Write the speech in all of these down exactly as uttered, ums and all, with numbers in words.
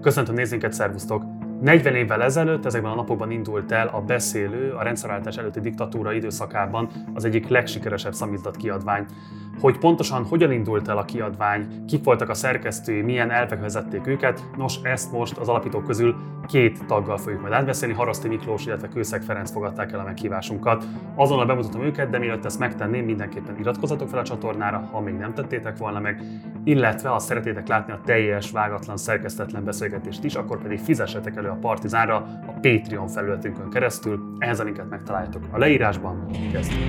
Köszöntöm nézőinket, szervusztok! negyven évvel ezelőtt ezekben a napokban indult el a Beszélő a rendszerváltás előtti diktatúra időszakában az egyik legsikeresebb szamizdat kiadvány. Hogy pontosan hogyan indult el a kiadvány, kik voltak a szerkesztői, milyen elvek vezették őket, nos, ezt most az alapítók közül két taggal fogjuk majd átbeszélni. Haraszti Miklós, illetve Kőszeg Ferenc fogadták el a meghívásunkat. Azonnal bemutatom őket, de mielőtt ezt megtenném, mindenképpen iratkozzatok fel a csatornára, ha még nem tettétek volna meg, illetve ha szeretnétek látni a teljes, vágatlan, szerkesztetlen beszélgetést is, akkor pedig fizessetek elő a Partizánra a Patreon felületünkön keresztül. Ehhez a linket megtaláljátok a leírásban. Kezdjük!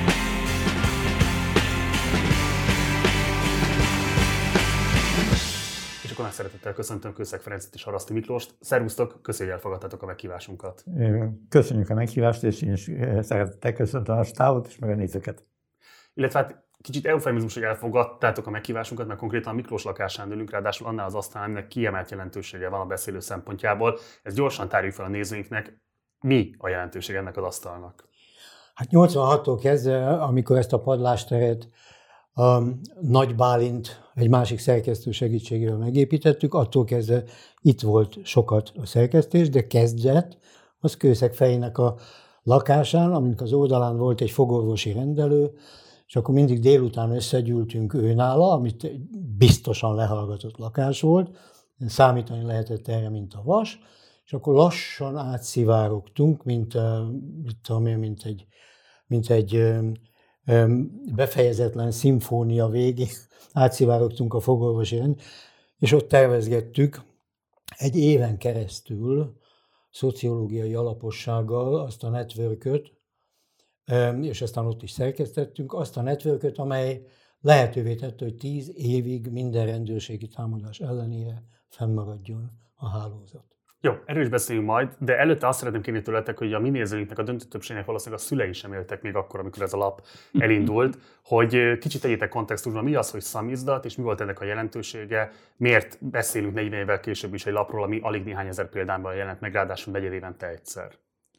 És akkor nagy szeretettel köszöntöm Kőszeg Ferencet és Haraszti Miklóst. Szervusztok, köszönjük, hogy elfogadtátok a meghívásunkat. Köszönjük a meghívást, és én is szeretettel köszöntöm a stábot és meg a nézőket. Illetve hát kicsit eufemizmus, hogy elfogadtátok a meghívásunkat, mert konkrétan a Miklós lakásán ülünk, ráadásul annál az asztalán, aminek kiemelt jelentősége van a beszélő szempontjából. Ezt gyorsan tárjuk fel a nézőinknek. Mi a jelentőség ennek az asztalnak? Hát nyolcvanhattól kezdve, amikor ezt a padlásteret a Nagy Bálint egy másik szerkesztő segítségével megépítettük, attól kezdve itt volt sokat a szerkesztés, de kezdett az Kőszeg fejének a lakásán, amikor az oldalán volt egy fogorvosi rendelő, és akkor mindig délután összegyűltünk őnála, amit biztosan lehallgatott lakás volt, számítani lehetett erre, mint a vas, és akkor lassan átszivárogtunk, mint, mit tudom én, mint egy, mint egy befejezetlen szimfónia végén, átszivárogtunk a fogorvosi rend, és ott tervezgettük egy éven keresztül szociológiai alapossággal azt a networköt, és aztán ott is szerkesztettünk, azt a networköt, amely lehetővé tette, hogy tíz évig minden rendőrségi támadás ellenére fennmaradjon a hálózat. Jó, erről is beszéljünk majd, de előtte azt szeretném kérni tőletek, hogy a mi nézőinknek a döntő többségnek valószínűleg a szülei sem éltek még akkor, amikor ez a lap elindult, hogy kicsit tegyétek kontextusban, mi az, hogy szamizdat, és mi volt ennek a jelentősége, miért beszélünk negyven évvel később is egy lapról, ami alig néhány ezer példányban jelent meg, ráadásul negyed évente egyszer.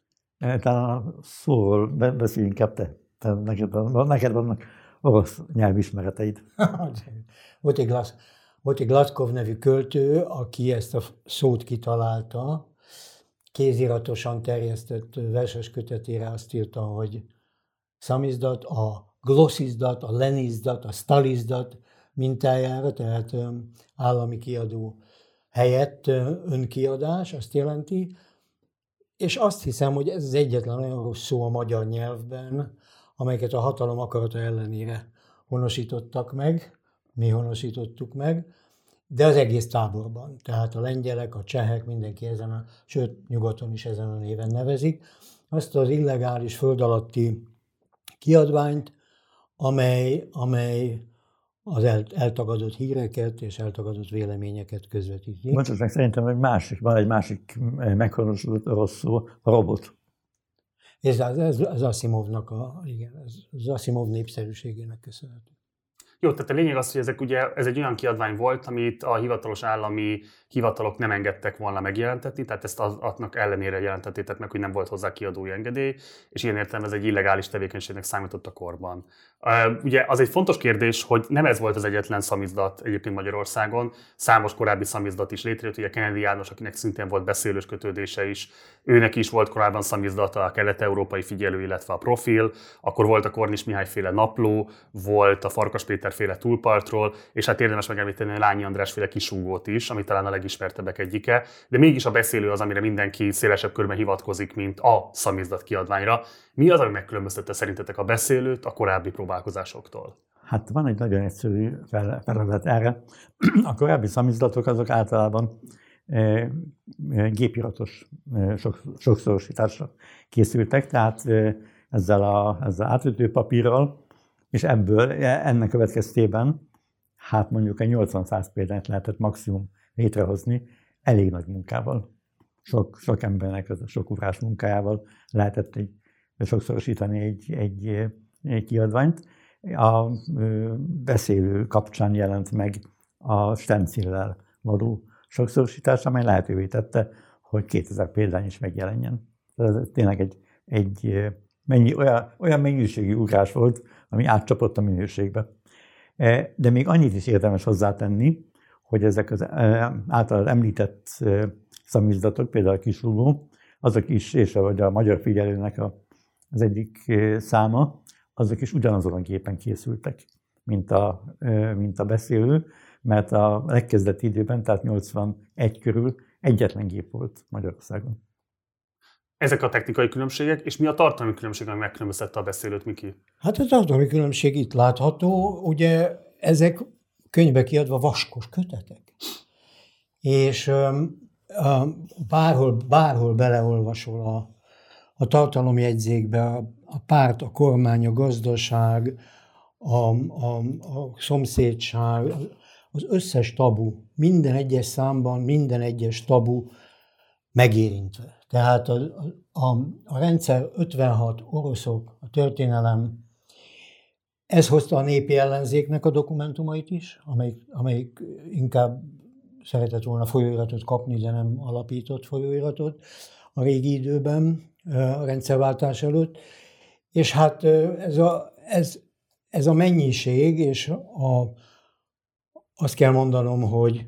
Talán a szóról beszéljünk inkább te. te neked, neked vannak orosz nyelvismereteid. Volt egy Glas, volt egy Gladkov nevű költő, aki ezt a szót kitalálta, kéziratosan terjesztett verses kötetére azt írta, hogy szamizdat, a glosszizdat, a lenizdat, a stalizdat mintájára, tehát állami kiadó helyett önkiadás, azt jelenti. És azt hiszem, hogy ez az egyetlen olyan rossz szó a magyar nyelvben, amelyeket a hatalom akarata ellenére honosítottak meg, mi honosítottuk meg, de az egész táborban. Tehát a lengyelek, a csehek, mindenki ezen a, sőt, nyugaton is ezen a néven nevezik, azt az illegális föld alatti kiadványt, amely, amely az eltagadott híreket és eltagadott véleményeket közvetíti. Mondjuk meg szerintem egy másik, van egy másik meghonosodott rossz szó, a robot. Ez, ez, ez Asimovnak a, igen, ez, az Asimov népszerűségének köszönhető. Jó, tehát a lényeg az, hogy ezek ugye, ez egy olyan kiadvány volt, amit a hivatalos állami hivatalok nem engedtek volna megjelentetni, tehát ezt aznak ellenére jelentettétek meg, hogy nem volt hozzá kiadói engedély, és ilyen értelemben ez egy illegális tevékenységnek számított a korban. Uh, ugye az egy fontos kérdés, hogy nem ez volt az egyetlen szamizdat egyébként Magyarországon, számos korábbi szamizdat is létrejött, ugye Kennedy János, akinek szintén volt beszélős kötődése is, őnek is volt korábban szamizdata, a kelet-európai figyelő, illetve a Profil, akkor volt a Kornis Mihály féle Napló, volt a Farkas Péter féle Túlpartról, és hát érdemes megemlíteni a Lányi András féle Kisúgót is, ami talán a legismertebbek egyike, de mégis a Beszélő az, amire mindenki szélesebb körben hivatkozik, mint a szamizdat kiadványra. Mi az, ami megkülönböztette szerintetek a Beszélőt a korábbi próbálkozásoktól? Hát van egy nagyon egyszerű feladat erre. A korábbi szamizdatok azok általában e, gépiratos e, sok, sokszorosításra készültek, tehát e, ezzel a ezzel átütő papírral, és ebből ennek következtében hát mondjuk egy nyolcvan-száz példányt lehetett maximum létrehozni elég nagy munkával. Sok, sok embernek, sok ugrás munkájával lehetett egy, sokszorosítani egy, egy, egy kiadványt. A Beszélő kapcsán jelent meg a stencillel való sokszorosítás, amely lehetővé tette, hogy kétezer példány is megjelenjen. Ez tényleg egy, egy mennyi, olyan, olyan mennyiségű ugrás volt, ami átcsapott a minőségbe. De még annyit is érdemes hozzátenni, hogy ezek az általad említett szamizdatok, például a Kisrugó, azok is, és ahogy a Magyar Figyelőnek a, az egyik száma, azok is ugyanazon a gépen készültek, mint a, mint a beszélő, mert a legkezdeti időben, tehát nyolcvanegy körül egyetlen gép volt Magyarországon. Ezek a technikai különbségek, és mi a tartalmi különbség, ami megkülönböztette a beszélőt, Miki? Hát a tartalmi különbség itt látható, ugye ezek könyvbe kiadva vaskos kötetek. És um, um, bárhol, bárhol beleolvasol a, a tartalomjegyzékbe, a, a párt, a kormány, a gazdaság, a, a, a szomszédság, az összes tabu, minden egyes számban, minden egyes tabu megérintve. Tehát a, a, a rendszer ötvenhat, oroszok, a történelem, ez hozta a népi ellenzéknek a dokumentumait is, amelyik, amelyik inkább szeretett volna folyóiratot kapni, de nem alapított folyóiratot a régi időben, a rendszerváltás előtt. És hát ez a, ez, ez a mennyiség, és a, azt kell mondanom, hogy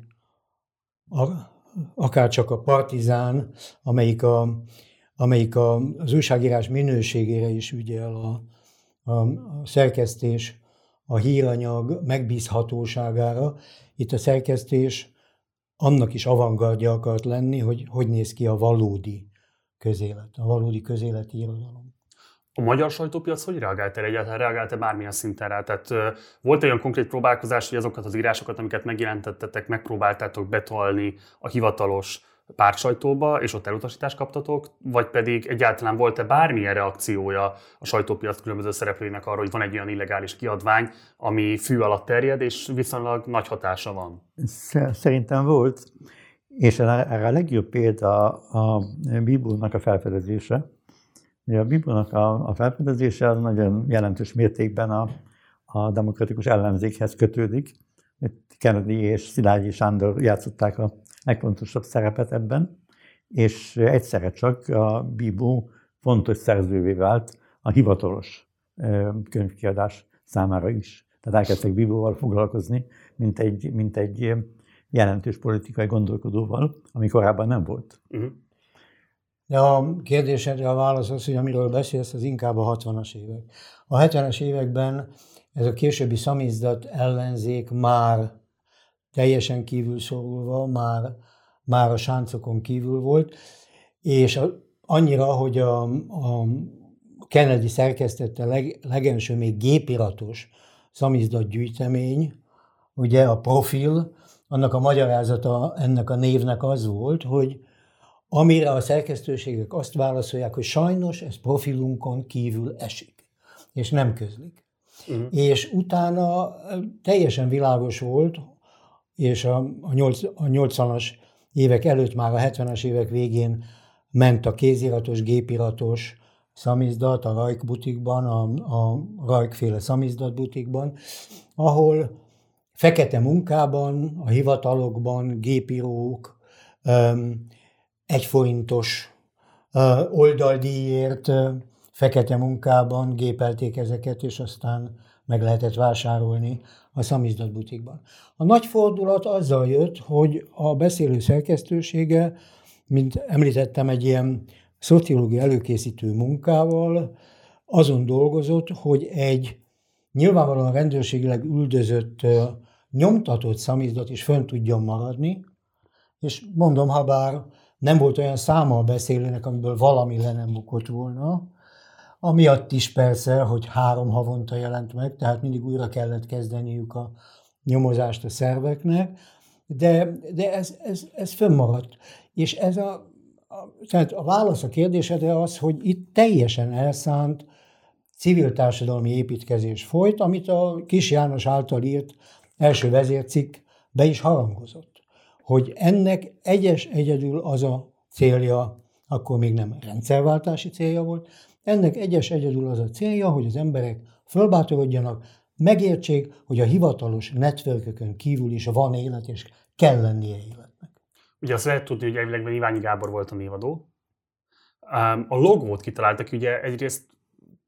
a, akár csak a Partizán, amelyik, a, amelyik a, az újságírás minőségére is ügyel, a, a, a szerkesztés, a híranyag megbízhatóságára. Itt a szerkesztés annak is avantgardja akart lenni, hogy hogy néz ki a valódi közélet, a valódi közéleti irodalom. A magyar sajtópiac hogy reagált erre? Egyáltalán reagált-e bármilyen szinten rá? Tehát volt olyan konkrét próbálkozás, hogy azokat az írásokat, amiket megjelentettetek, megpróbáltátok betolni a hivatalos pártsajtóba, és ott elutasítást kaptatok, vagy pedig egyáltalán volt-e bármilyen reakciója a sajtópiac különböző szereplőinek arra, hogy van egy olyan illegális kiadvány, ami fű alatt terjed, és viszonylag nagy hatása van? Szerintem volt, és erre a legjobb példa a Bíbónak a felfedezése. A Bíbónak a, a felfedezése az nagyon jelentős mértékben a, a demokratikus ellenzékhez kötődik. Kennedy és Szilágyi Sándor játszották a legfontosabb szerepet ebben, és egyszerre csak a Bíbó fontos szerzővé vált a hivatalos könyvkiadás számára is. Tehát elkezdtek Bíbóval foglalkozni, mint egy, mint egy jelentős politikai gondolkodóval, ami korábban nem volt. Uh-huh. De a kérdésedre a válasz az, hogy amiről beszélsz, az inkább a hatvanas évek. A hetvenes években ez a későbbi szamizdat ellenzék már teljesen kívül szorulva, már, már a sáncokon kívül volt, és a, annyira, hogy a, a Kennedy szerkesztette leg, legelső még gépiratos szamizdat gyűjtemény, ugye a Profil, annak a magyarázata ennek a névnek az volt, hogy amire a szerkesztőségek azt válaszolják, hogy sajnos ez profilunkon kívül esik, és nem közlik. Uh-huh. És utána teljesen világos volt, és a, a, nyolc, a nyolcvanas évek előtt, már a hetvenes évek végén ment a kéziratos, gépiratos szamizdat a Rajk butikban, a, a Rajk-féle szamizdat butikban, ahol fekete munkában, a hivatalokban gépírók um, egy forintos uh, oldaldíjért uh, fekete munkában gépelték ezeket, és aztán meg lehetett vásárolni a szamizdat butikban. A nagy fordulat azzal jött, hogy a beszélő szerkesztősége, mint említettem, egy ilyen szociológiai előkészítő munkával azon dolgozott, hogy egy nyilvánvalóan rendőrségileg üldözött, uh, nyomtatott szamizdat is fönn tudjon maradni, és mondom, ha bár nem volt olyan száma a beszélőnek, amiből valami le nem bukott volna, amiatt is persze, hogy három havonta jelent meg, tehát mindig újra kellett kezdeniük a nyomozást a szerveknek, de, de ez, ez, ez fönnmaradt. És ez a, a, tehát a válasz a kérdésedre az, hogy itt teljesen elszánt civil társadalmi építkezés folyt, amit a Kis János által írt első vezércikk be is harangozott. Hogy ennek egyes egyedül az a célja, akkor még nem rendszerváltási célja volt, ennek egyes egyedül az a célja, hogy az emberek fölbátorodjanak, megértsék, hogy a hivatalos networkökön kívül is van élet, és kell lennie életnek. Ugye azt lehet tudni, hogy elvilegben Iványi Gábor volt a névadó. A logót kitaláltak, ugye egyrészt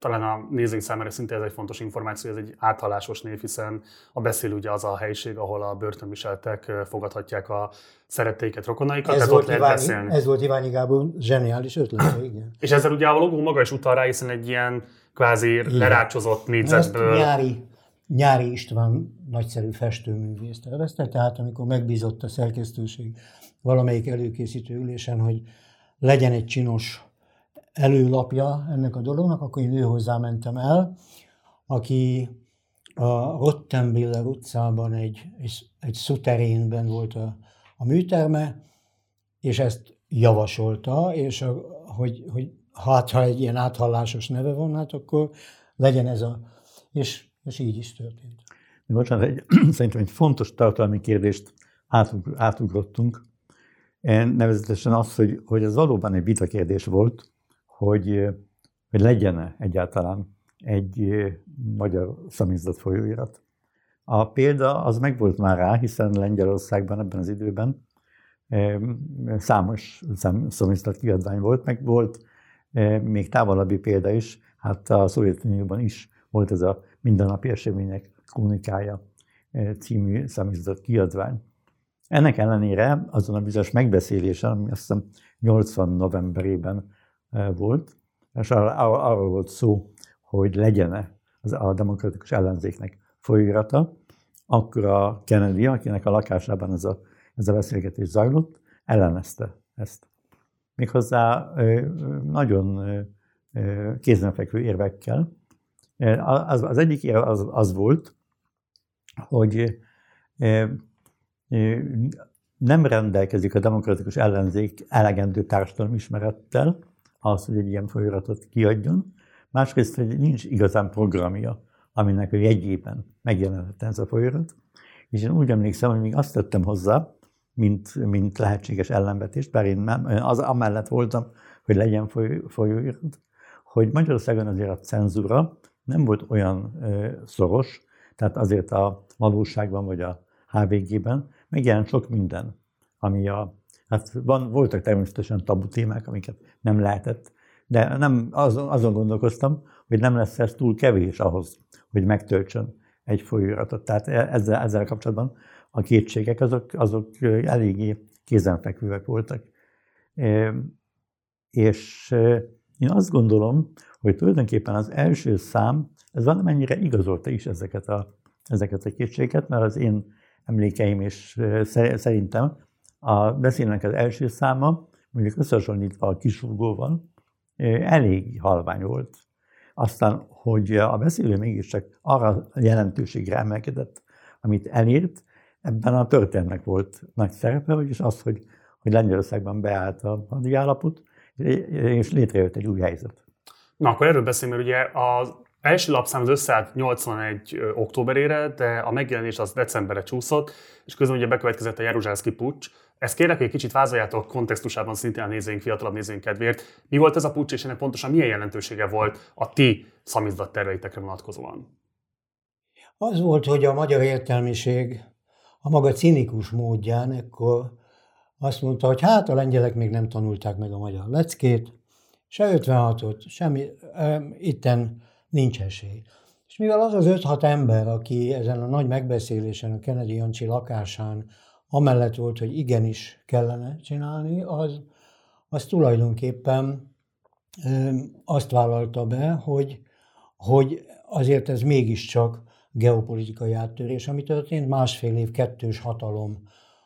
talán a nézőink számára szinte ez egy fontos információ, ez egy áthallásos név, hiszen a beszélő ugye az a helyiség, ahol a börtönviseltek fogadhatják a szeretteiket, rokonaikat. Ez, volt Iványi, ez volt Iványi Gábor zseniális ötlete, igen. És ezzel ugye a logó maga is utal rá, hiszen egy ilyen kvázi lerácsozott négyzetből. Nyári, Nyári István nagyszerű festőművész tervezte, tehát amikor megbízott a szerkesztőség valamelyik előkészítő ülésen, hogy legyen egy csinos előlapja ennek a dolognak, akkor én ő hozzá mentem el, aki a Rottenbiller utcában egy, egy, egy szuterénben volt a, a műterme, és ezt javasolta, és a, hogy, hogy hát, ha egy ilyen áthallásos neve van, hát akkor legyen ez a... És, és így is történt. Bocsánat, egy, szerintem egy fontos tartalmi kérdést átug, átugrottunk, nevezetesen az, hogy, hogy ez valóban egy vitakérdés volt, hogy, hogy legyen egyáltalán egy magyar szamizdat folyóirat. A példa az megvolt már rá, hiszen Lengyelországban ebben az időben számos szamizdat kiadvány volt, meg volt még távolabbi példa is, hát a Szovjetunióban is volt ez a Mindennapi Események Krónikája című szamizdat kiadvány. Ennek ellenére azon a bizonyos megbeszélésen, ami azt hiszem nyolcvan novemberében volt, és arról volt szó, hogy legyen a demokratikus ellenzéknek folyóirata, akkor a Kennedy, akinek a lakásában ez a, ez a beszélgetés zajlott, ellenezte ezt. Méghozzá nagyon kézenfekvő érvekkel. Az, az egyik érv az, az volt, hogy nem rendelkezik a demokratikus ellenzék elegendő társadalmi ismerettel, az, hogy egy ilyen folyóiratot kiadjon. Másrészt, hogy nincs igazán programja, aminek a jegyében megjelenhet ez a folyóirat. És én úgy emlékszem, hogy még azt tettem hozzá, mint, mint lehetséges ellenvetést, bár én az amellett voltam, hogy legyen folyóirat, hogy Magyarországon azért a cenzúra nem volt olyan ö, szoros, tehát azért a valóságban vagy a há vé gében megjelent sok minden, ami a, hát van, voltak természetesen tabu témák, amiket nem lehetett, de nem, azon, azon gondolkoztam, hogy nem lesz ez túl kevés ahhoz, hogy megtöltsön egy folyóiratot. Tehát ezzel, ezzel kapcsolatban a kétségek azok, azok eléggé kézenfekvőek voltak. És én azt gondolom, hogy tulajdonképpen az első szám, ez valamennyire igazolta is ezeket a, ezeket a kétségeket, mert az én emlékeim és szerintem a beszélnek az első száma, mondjuk összehasonlítva a kisrúgóval, elég halvány volt. Aztán, hogy a beszélő mégiscsak arra a jelentőségre emelkedett, amit elért, ebben a történetnek volt nagy szerepe, vagyis az, hogy, hogy Lengyelországban beállt a hadiállapot, és létrejött egy új helyzet. Na, akkor erről beszélünk, mert ugye az első lapszám az összeállt nyolcvanegy októberére, de a megjelenés az decemberre csúszott, és közben ugye bekövetkezett a jeruzsálszki puccs. Ezt kérlek, hogy egy kicsit vázoljátok kontextusában szintén a nézőink, fiatalabb nézőink kedvéért. Mi volt ez a puccs, és ennek pontosan milyen jelentősége volt a ti szamizdat terveitekre vonatkozóan? Az volt, hogy a magyar értelmiség a maga cinikus módján ekkor azt mondta, hogy hát a lengyelek még nem tanulták meg a magyar leckét, se ötvenhatot, semmi, e, itten nincs esély. És mivel az az öt-hat ember, aki ezen a nagy megbeszélésen a Kennedy Jancsi lakásán amellett volt, hogy igenis kellene csinálni, az, az tulajdonképpen e, azt vállalta be, hogy, hogy azért ez mégiscsak geopolitikai áttörés, ami történt. Másfél év kettős hatalom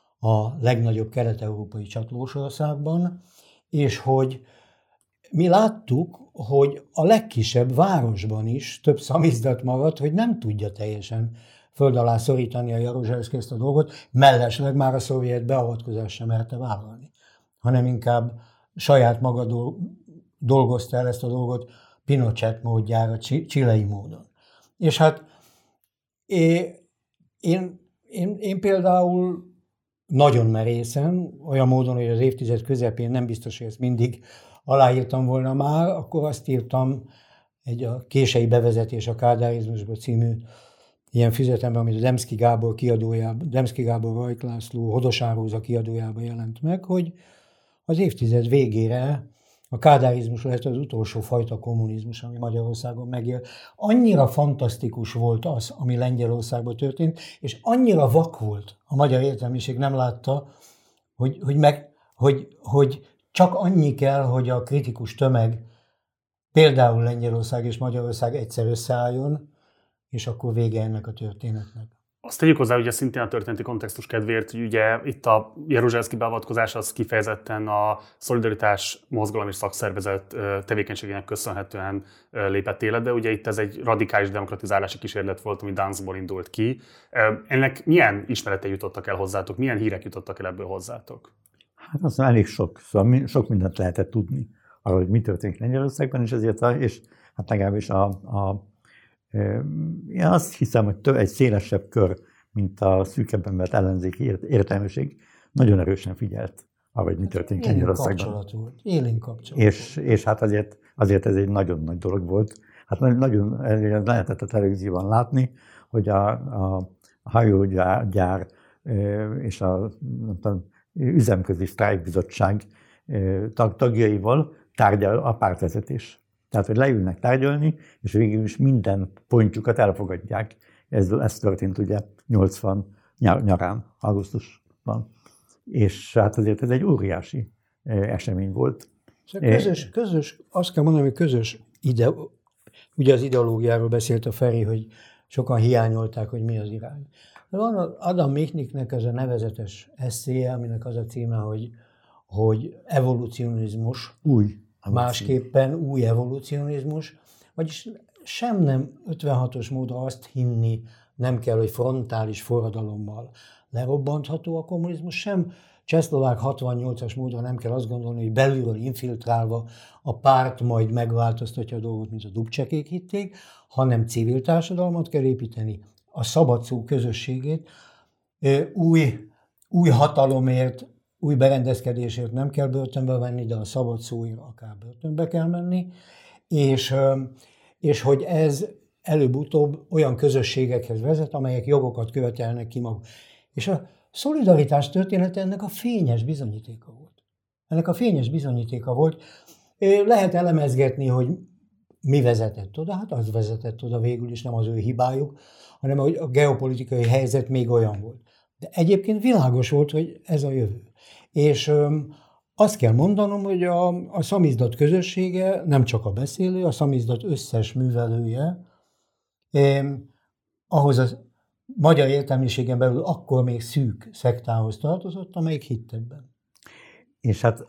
a legnagyobb kelet-európai csatlósországban, és hogy mi láttuk, hogy a legkisebb városban is több szamizdat maradt, hogy nem tudja teljesen föld alá szorítani a Jaruzelszki ezt a dolgot, mellesleg már a szovjet beavatkozás sem merte vállalni, hanem inkább saját maga dolgozta el ezt a dolgot Pinochet módjára, csilei módon. És hát én, én, én, én például nagyon merészen, olyan módon, hogy az évtized közepén nem biztos, hogy ezt mindig aláírtam volna már, akkor azt írtam egy a Kései bevezetés a kádárizmusba című ilyen füzetemben, amit a Demszky Gábor kiadójában, Demszky Gábor, Rajk László, Hodos Áróza kiadójában jelent meg, hogy az évtized végére A kádárizmus lehet az utolsó fajta kommunizmus, ami Magyarországon megél. Annyira fantasztikus volt az, ami Lengyelországban történt, és annyira vak volt, a magyar értelmiség nem látta, hogy, hogy, meg, hogy, hogy csak annyi kell, hogy a kritikus tömeg, például Lengyelország és Magyarország egyszer összeálljon, és akkor vége ennek a történetnek. Azt tegyük hozzá, ugye szintén a történeti kontextus kedvéért, hogy ugye itt a Jaruzelszky beavatkozás az kifejezetten a Szolidaritás mozgalom és szakszervezet tevékenységének köszönhetően lépett életbe. Ugye itt ez egy radikális demokratizálási kísérlet volt, ami Danzból indult ki. Ennek milyen ismeretei jutottak el hozzátok? Milyen hírek jutottak el ebből hozzátok? Hát azt elég sok, szóval sok mindent lehetett tudni arról, hogy mi történik Lengyelországban, és ezért a, és hát legalábbis a, a én azt hiszem, hogy több, egy szélesebb kör, mint a szűkebben vett ellenzéki értelmiség, nagyon erősen figyelt arra, hogy mi történik Lengyelországban. Kapcsolat volt. Élénk kapcsolat és, és hát azért, azért ez egy nagyon nagy dolog volt. Hát nagyon lehetett a televízióban látni, hogy a, a hajógyár és a, a üzemközi sztrájkbizottság tag, tagjaival tárgyal a pártvezetés. Tehát, hogy leülnek tárgyalni, és végül is minden pontjukat elfogadják. Ez, ez történt ugye nyolcvan nyarán, augusztusban. És hát azért ez egy óriási esemény volt. Közös, közös, azt kell mondani, hogy közös ide, ugye az ideológiáról beszélt a Feri, hogy sokan hiányolták, hogy mi az irány. De van Adam Michniknek ez a nevezetes eszéje, aminek az a címe, hogy, hogy evolucionizmus. Új. Másképpen új evolucionizmus, vagyis sem nem ötvenhatos módon azt hinni nem kell, hogy frontális forradalommal lerobbantható a kommunizmus, sem csehszlovák hatvannyolcas módon nem kell azt gondolni, hogy belülről infiltrálva a párt majd megváltoztatja a dolgot, mint a Dubcsekék hitték, hanem civil társadalmat kell építeni, a szabad szó közösségét, új, új hatalomért, új berendezkedésért nem kell börtönbe venni, de a szabad szóért akár börtönbe kell menni, és, és hogy ez előbb-utóbb olyan közösségekhez vezet, amelyek jogokat követelnek ki maguk. És a szolidaritás története ennek a fényes bizonyítéka volt. Ennek a fényes bizonyítéka volt. Lehet elemezgetni, hogy mi vezetett oda, hát az vezetett oda végül is, nem az ő hibájuk, hanem hogy a geopolitikai helyzet még olyan volt. De egyébként világos volt, hogy ez a jövő. És öm, azt kell mondanom, hogy a, a szamizdat közössége, nem csak a beszélő, a szamizdat összes művelője, eh, ahhoz a magyar értelmiségen belül akkor még szűk szektához tartozott, amelyik hitt ebben. És hát,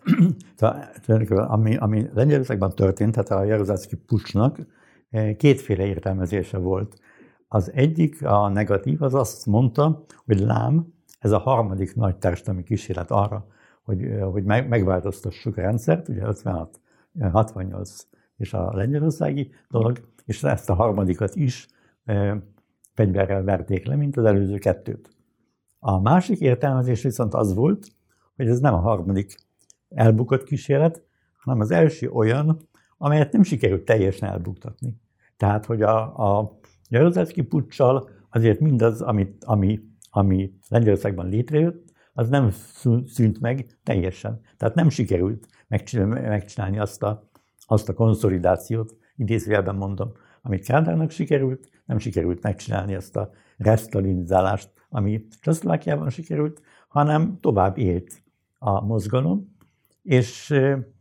ami, ami Lengyelországban történt, tehát a Jaruzelszky puccsnak kétféle értelmezése volt. Az egyik, a negatív, az azt mondta, hogy lám, ez a harmadik nagy társadalmi kísérlet arra, hogy, hogy megváltoztassuk a rendszert, ugye ötvenhat, hatvannyolc és a lengyelországi dolog, és ezt a harmadikat is e, fegyverrel verték le, mint az előző kettőt. A másik értelmezés viszont az volt, hogy ez nem a harmadik elbukott kísérlet, hanem az első olyan, amelyet nem sikerült teljesen elbuktatni. Tehát, hogy a, a Jaruzelszky puccsal azért mindaz, amit, ami, ami Lengyelországban létrejött, az nem szűnt meg teljesen. Tehát nem sikerült megcsinálni azt a, azt a konszolidációt, idézőjelben mondom, amit Kádárnak sikerült, nem sikerült megcsinálni azt a resztalinizálást, ami Csehszlovákiában sikerült, hanem tovább élt a mozgalom, és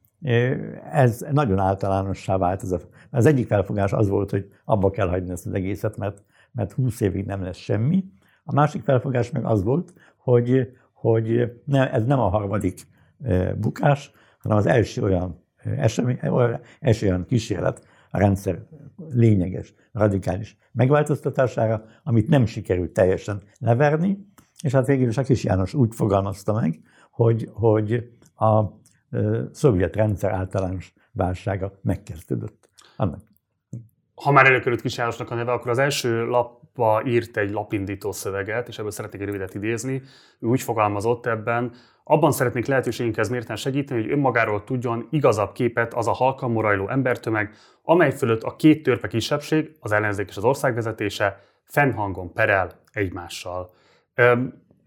ez nagyon általánossá vált. Ez a, az egyik felfogás az volt, hogy abba kell hagyni ezt az egészet, mert, mert húsz évig nem lesz semmi. A másik felfogás meg az volt, hogy, hogy ne, ez nem a harmadik bukás, hanem az első olyan esemény, első olyan kísérlet a rendszer lényeges, radikális megváltoztatására, amit nem sikerült teljesen leverni, és hát végül is a Kis János úgy fogalmazta meg, hogy, hogy a szovjet rendszer általános válsága megkezdődött. Annak. Ha már előkerült Kis Jánosnak a neve, akkor az első lapba írt egy lapindító szöveget, és ebből szeretnék egy rövidet idézni. Ő úgy fogalmazott ebben: abban szeretnék lehetőségünkhez mérten segíteni, hogy önmagáról tudjon igazabb képet az a halkan morajló embertömeg, amely fölött a két törpe kisebbség, az ellenzék és az ország vezetése fennhangon perel egymással.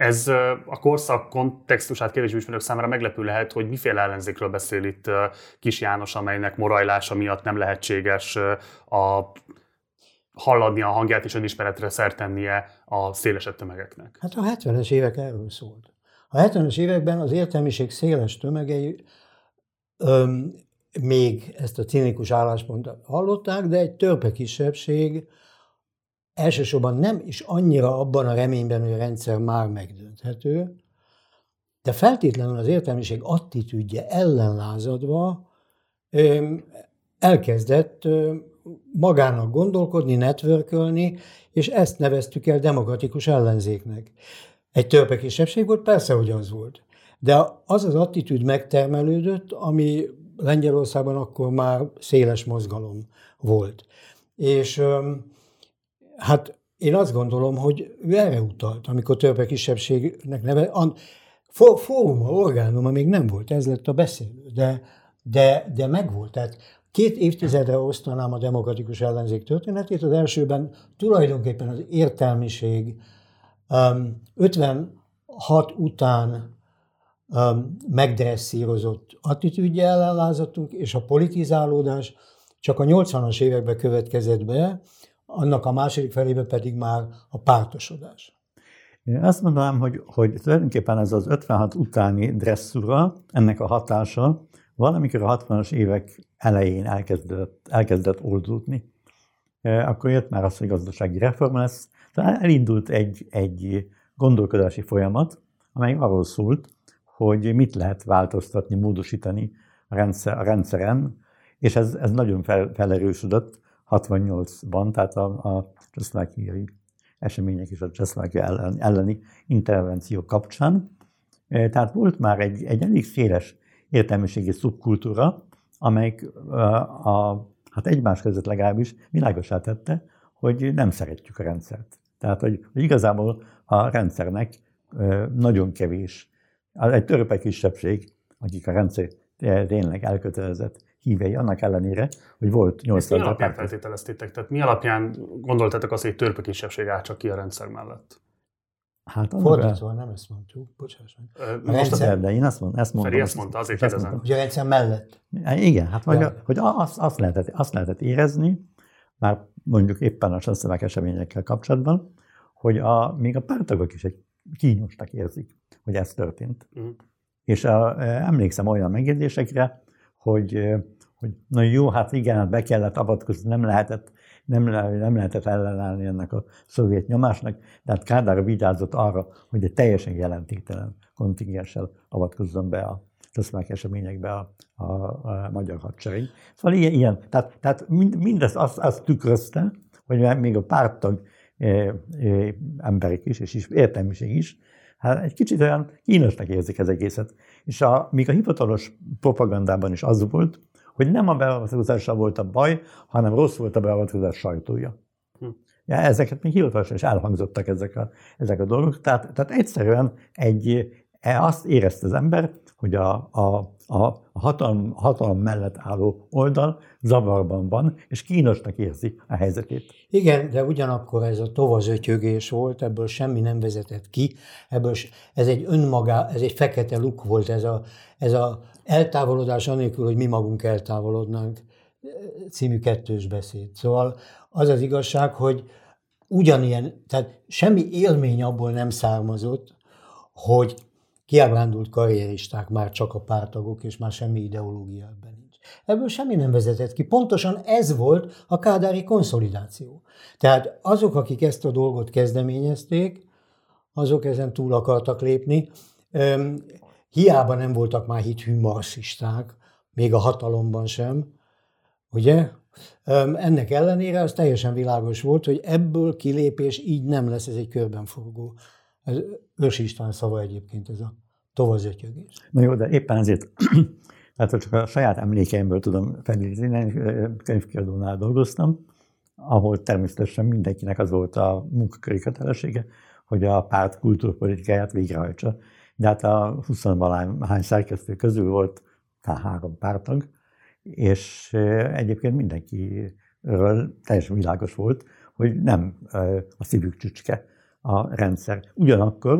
Ez a korszak kontextusát kevésbé ismerők számára meglepő lehet, hogy miféle ellenzékről beszél itt Kis János, amelynek morajlása miatt nem lehetséges a halladni a hangját és önismeretre szert tennie a szélesebb tömegeknek. Hát a hetvenes évek erről szólt. A hetvenes években az értelmiség széles tömegei öm, még ezt a cinikus álláspontot hallották, de egy törpe kisebbség elsősorban nem is annyira abban a reményben, hogy a rendszer már megdönthető, de feltétlenül az értelmiség attitűdje ellen lázadva öm, elkezdett öm, magának gondolkodni, networkölni, és ezt neveztük el demokratikus ellenzéknek. Egy törpe kisebbség volt, persze, hogy az volt. De az az attitűd megtermelődött, ami Lengyelországban akkor már széles mozgalom volt. És hát én azt gondolom, hogy ő erre utalt, amikor törpe kisebbségnek neve, a fóruma, orgánuma még nem volt, ez lett a beszélő, de, de, de megvolt. Tehát két évtizedre osztanám a demokratikus ellenzék történetét. Az elsőben tulajdonképpen az értelmiség ötvenhat után megdresszírozott attitűdje ellen lázadtunk, és a politizálódás csak a nyolcvanas években következett be, annak a második felében pedig már a pártosodás. Én azt mondanám, hogy, hogy tulajdonképpen ez az ötvenhat utáni dresszúra, ennek a hatása valamikor a hatvanas évek elején elkezdett, elkezdett oldódni. Akkor jött már az, hogy gazdasági reform lesz. Tehát elindult egy, egy gondolkodási folyamat, amely arról szólt, hogy mit lehet változtatni, módosítani a, rendszer, a rendszeren, és ez, ez nagyon fel, felerősödött hatvannyolcban, tehát a, a csehszlovákiai események és a Csehszlovákia ellen, elleni intervenció kapcsán. Tehát volt már egy, egy elég széles értelmiségi szubkultúra, amelyik a, a, hát egymás között legalábbis világossá tette, hogy nem szeretjük a rendszert. Tehát, hogy, hogy igazából a rendszernek nagyon kevés, egy törpe kisebbség, akik a rendszer tényleg elkötelezett hívei, annak ellenére, hogy volt nyolcvan. Mi alapján feltételeztétek? Tehát mi alapján gondoltátok azt, hogy egy törpe kisebbség áll csak ki a rendszer mellett? Hát fordítva, nem ezt mondtuk, bocsáss meg. Most rendszer, de én azt mondom. Ezt mondom Feri ezt mondta, azért kérdezem. Hogy a rendszer mellett. Igen, hát vagy, ja. hogy azt, azt, lehetett, azt lehetett érezni, már mondjuk éppen a csehszlovák eseményekkel kapcsolatban, hogy a, még a párttagok is egy kínosnak érzik, hogy ez történt. Uh-huh. És a, emlékszem olyan megjegyzésekre, hogy, hogy na jó, hát igen, hát be kellett avatkozni, nem lehetett, nem, nem lehetett ellenállni ennek a szovjet nyomásnak, de hát Kádár vigyázott arra, hogy egy teljesen jelentéktelen kontingenssel avatkozzon be a csehszlovák eseményekbe a, a, a magyar hadsereg. Szóval ilyen, ilyen. Tehát, tehát mind, mindezt azt, azt tükrözte, hogy még a párttag e, e, emberek is, és is értelmiség is, hát egy kicsit olyan kínosnak érzik az egészet. És a, még a hivatalos propagandában is az volt, hogy nem a beavatkozással volt a baj, hanem rossz volt a beavatkozás sajtója. Hm. Ja, ezeket még hivatalosan is elhangzottak ezek a, ezek a dolgok. Tehát, tehát egyszerűen egy, azt érezte az ember, hogy a, a, a, a hatalom, hatalom mellett álló oldal zavarban van, és kínosnak érzi a helyzetét. Igen, de ugyanakkor ez a tovazötyögés volt, ebből semmi nem vezetett ki, ebből ez egy önmagá, ez egy fekete luk volt, ez a, ez a eltávolodás anélkül, hogy mi magunk eltávolodnánk című kettős beszéd. Szóval az az igazság, hogy ugyanilyen, tehát semmi élmény abból nem származott, hogy kiábrándult karrieristák már csak a párttagok, és már semmi ideológia ebben nincs. Ebből semmi nem vezetett ki. Pontosan ez volt a kádári konszolidáció. Tehát azok, akik ezt a dolgot kezdeményezték, azok ezen túl akartak lépni. Hiába nem voltak már hithű marxisták, még a hatalomban sem, ugye? Ennek ellenére az teljesen világos volt, hogy ebből kilépés így nem lesz, ez egy körbenforgó. Ez Őrsi István szava egyébként, ez a tovazötyögés. Na jó, de éppen ezért, hát csak a saját emlékeimből tudom felidézni, én könyvkiadónál dolgoztam, ahol természetesen mindenkinek az volt a munkaköri kötelessége, hogy a párt kultúrpolitikáját végrehajtsa. De hát a huszonvalahány szerkesztő közül volt három párttag, és egyébként mindenkiről teljesen világos volt, hogy nem a szívük csücske a rendszer. Ugyanakkor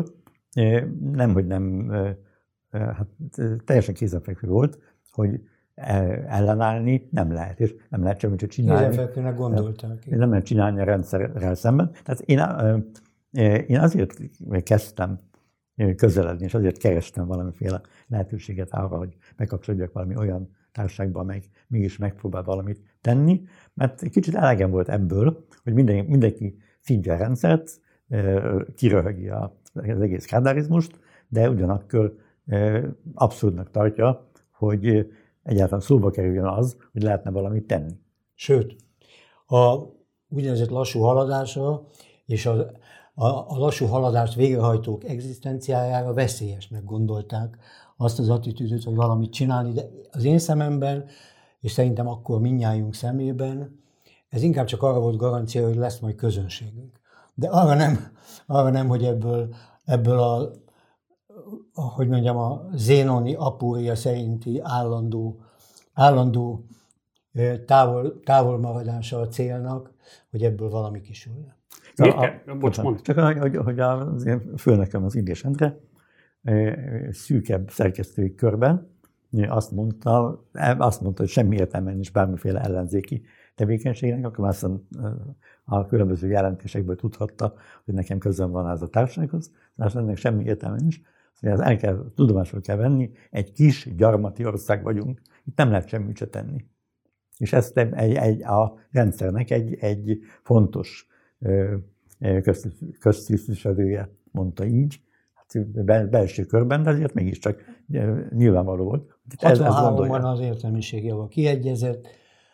nemhogy nem, hát teljesen kézenfekvő volt, hogy ellenállni nem lehet, és nem lehet semmit csinálni. Kézenfekvőnek gondolták. Nem lehet csinálni a rendszerrel szemben. Tehát én, én azért kezdtem közeledni, és azért kerestem valamiféle lehetőséget arra, hogy bekapcsolódjak valami olyan társaságba, amely mégis megpróbál valamit tenni, mert kicsit elegem volt ebből, hogy mindenki, mindenki szidja a rendszert, kiröhögi az egész kádárizmust, de ugyanakkor abszurdnak tartja, hogy egyáltalán szóba kerüljön az, hogy lehetne valamit tenni. Sőt, a úgynevezett lassú haladásra és a, a, a lassú haladást végrehajtók egzisztenciájára veszélyesnek gondolták azt az attitűdöt, hogy valamit csinálni, de az én szememben, és szerintem akkor mindnyájunk szemében, ez inkább csak arra volt garancia, hogy lesz majd közönségünk. De arra nem, arra nem hogy ebből, ebből a, a, hogy mondjam, a zénoni apúria szerinti állandó, állandó távol, távol maradása a célnak, hogy ebből valami kisüljön. Bocs, csak hogy, hogy az én főnököm, az Indés Endre, szűkebb szerkesztői körben azt mondta, azt mondta, hogy semmi értelme nincs bármiféle ellenzéki tevékenységnek, akkor aztán a különböző jelentésekből tudhatta, hogy nekem közöm van az a társasághoz, tehát ennek semmi értelme nincs. Azt el kell, tudomásul kell venni, egy kis gyarmati ország vagyunk, itt nem lehet semmit se tenni. És ezt egy, egy, a rendszernek egy, egy fontos köztisztviselője mondta így, hát belső körben, de azért mégiscsak nyilvánvaló volt. hatvanháromban az értelmiség java kiegyezett,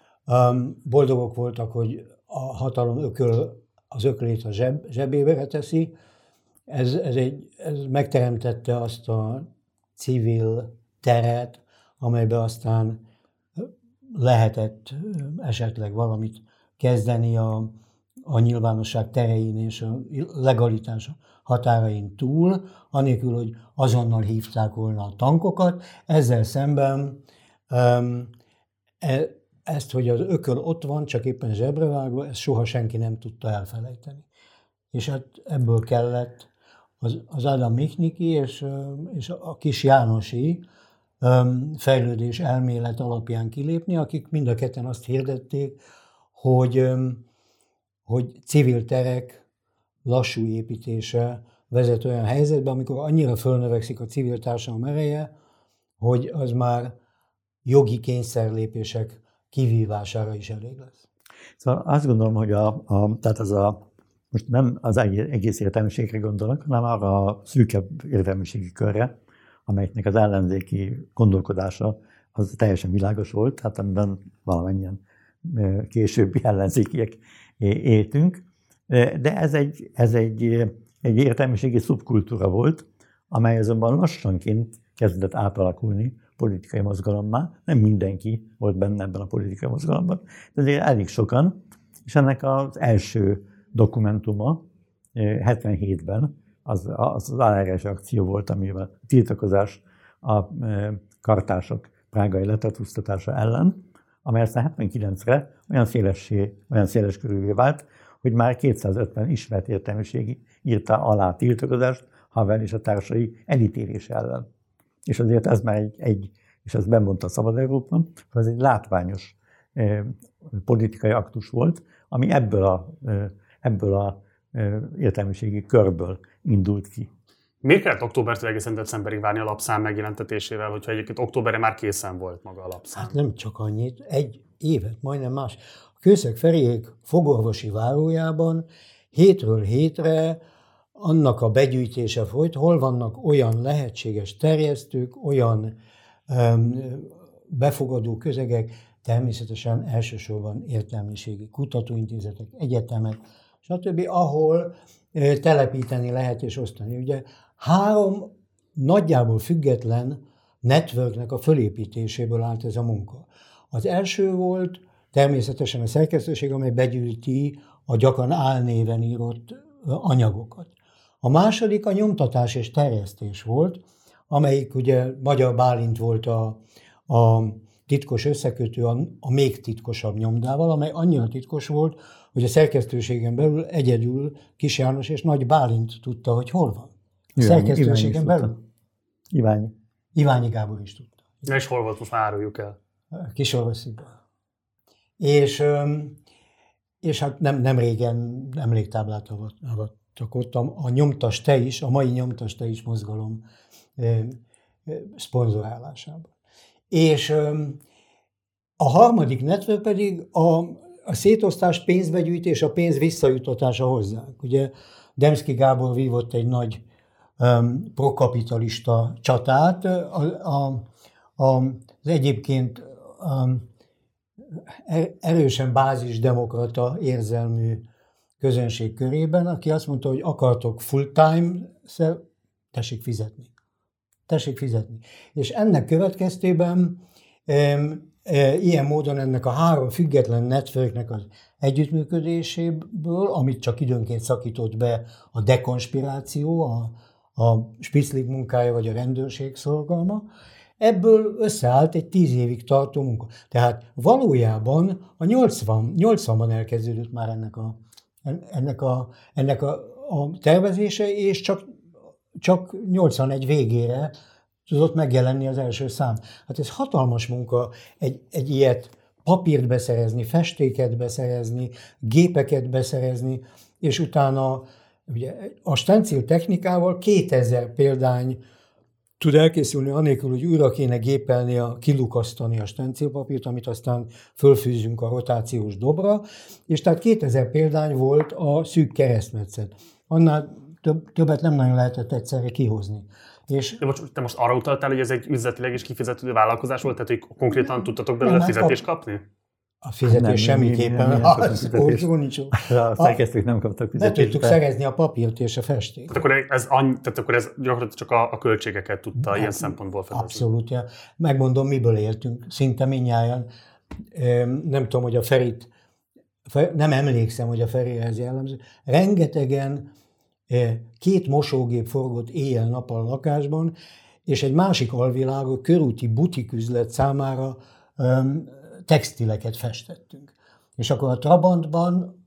boldogok voltak, hogy a hatalom ököl, az öklét a zseb, zsebébe teszi. Ez, ez, egy, ez megteremtette azt a civil teret, amelybe aztán lehetett esetleg valamit kezdeni a, a nyilvánosság terein és a legalitás határain túl, anélkül, hogy azonnal hívták volna a tankokat. Ezzel szemben um, e, ezt, hogy az ököl ott van, csak éppen zsebrevágva, ezt soha senki nem tudta elfelejteni. És hát ebből kellett az, az Ádám Michniki és, és a Kis Jánosi um, fejlődés elmélet alapján kilépni, akik mind a ketten azt hirdették, hogy, um, hogy civil terek lassú építése vezet olyan helyzetbe, amikor annyira fölnövekszik a civil társadalom ereje, hogy az már jogi kényszerlépések kivívására is elég lesz. Szóval azt gondolom, hogy a, a, tehát az a, most nem az egész értelmiségre gondolok, hanem arra a szűkebb értelmiségi körre, amelyeknek az ellenzéki gondolkodása az teljesen világos volt, tehát amiben valamennyien későbbi ellenzékiek éltünk. De ez egy, ez egy, egy értelmiségi szubkultúra volt, amely azonban lassanként kezdett átalakulni politikai mozgalommá. Nem mindenki volt benne ebben a politikai mozgalomban, de azért elég sokan, és ennek az első dokumentuma hetvenhétben az az aláírás akció volt, amivel a tiltakozás a kartások prágai letartóztatása ellen, amely aztán hetvenkilencre olyan szélessé, olyan széles körülvé vált, hogy már kétszázötven ismert értelmiségi írta alá tiltakozást Havel és a társai elítélése ellen. És azért ez már egy, egy és ezt bemondta a Szabad Európa, ez egy látványos eh, politikai aktus volt, ami ebből a, eh, ebből a eh, értelmiségi körből indult ki. Miért kellett októbertől egészen decemberig várni a lapszám megjelentetésével, hogyha egyébként októberre már készen volt maga a lapszám? Hát nem csak annyit, egy évet, majdnem más. A Kőszeg-Ferihék fogorvosi várójában hétről hétre annak a begyűjtése folyt, hol vannak olyan lehetséges terjesztők, olyan um, befogadó közegek, természetesen elsősorban értelmiségi kutatóintézetek, egyetemek, stb., ahol uh, telepíteni lehet és osztani. Ugye három nagyjából független networknek a fölépítéséből állt ez a munka. Az első volt természetesen a szerkesztőség, amely begyűjti a gyakran álnéven írott anyagokat. A második a nyomtatás és terjesztés volt, amelyik ugye Magyar Bálint volt a, a titkos összekötő a, a még titkosabb nyomdával, amely annyira titkos volt, hogy a szerkesztőségen belül egyedül Kis János és Nagy Bálint tudta, hogy hol van Szerkesztőségen belül? Iványi. Iványi Gábor is tudta. Na és hol volt, most már áruljuk el. Kisorvasziban. És, és hát nem, nem régen emléktáblát avattak ott. A, a Nyomtas Te is, a mai Nyomtas Te is mozgalom szponzorálásában. És a harmadik network pedig a, a szétosztás, pénzbegyűjtés, a pénz visszajutatása hozzánk. Ugye Demszky Gábor vívott egy nagy um, prokapitalista csatát, a, a, a, az egyébként um, erősen bázisdemokrata érzelmű közönség körében, aki azt mondta, hogy akartok full-time, tessék fizetni. Tessék fizetni. És ennek következtében um, e, ilyen módon ennek a három független networknek az együttműködéséből, amit csak időnként szakított be a dekonspiráció, a, a Spitzlik munkája vagy a rendőrség szorgalma, ebből összeállt egy tíz évig tartó munka. Tehát valójában a nyolcvan, nyolcvanban elkezdődött már ennek a, ennek a, ennek a, a tervezése, és csak, csak nyolcvanegy végére tudott megjelenni az első szám. Hát ez hatalmas munka, egy, egy ilyet papírt beszerezni, festéket beszerezni, gépeket beszerezni, és utána ugye, a stencil technikával kétezer példány tud elkészülni, anélkül, hogy újra kéne gépelni, a, kilukasztani a stencilpapírt, amit aztán fölfűzünk a rotációs dobra, és tehát kétezer példány volt a szűk keresztmetszet. Annál több, többet nem nagyon lehetett egyszerre kihozni. És de most, te most arra utaltál, hogy ez egy üzletileg is kifizetődő vállalkozás volt, tehát hogy konkrétan tudtatok belőle fizetést kapni? A fizetés semmiképpen, az olcsó nincs. A szerkesztők nem kaptak fizetést. Be tudtuk szerezni a papírt és a festést. Tehát akkor ez, annyi, tehát akkor ez gyakorlatilag csak a, a költségeket tudta hát, ilyen szempontból fedezni. Abszolút. Ja. Megmondom, miből éltünk. Szinte mindnyájan. Nem tudom, hogy a Ferit, nem emlékszem, hogy a Ferihez jellemző. Rengetegen két mosógép forgott éjjel-nappal a lakásban, és egy másik alvilágú körúti butiküzlet számára textileket festettünk. És akkor a Trabantban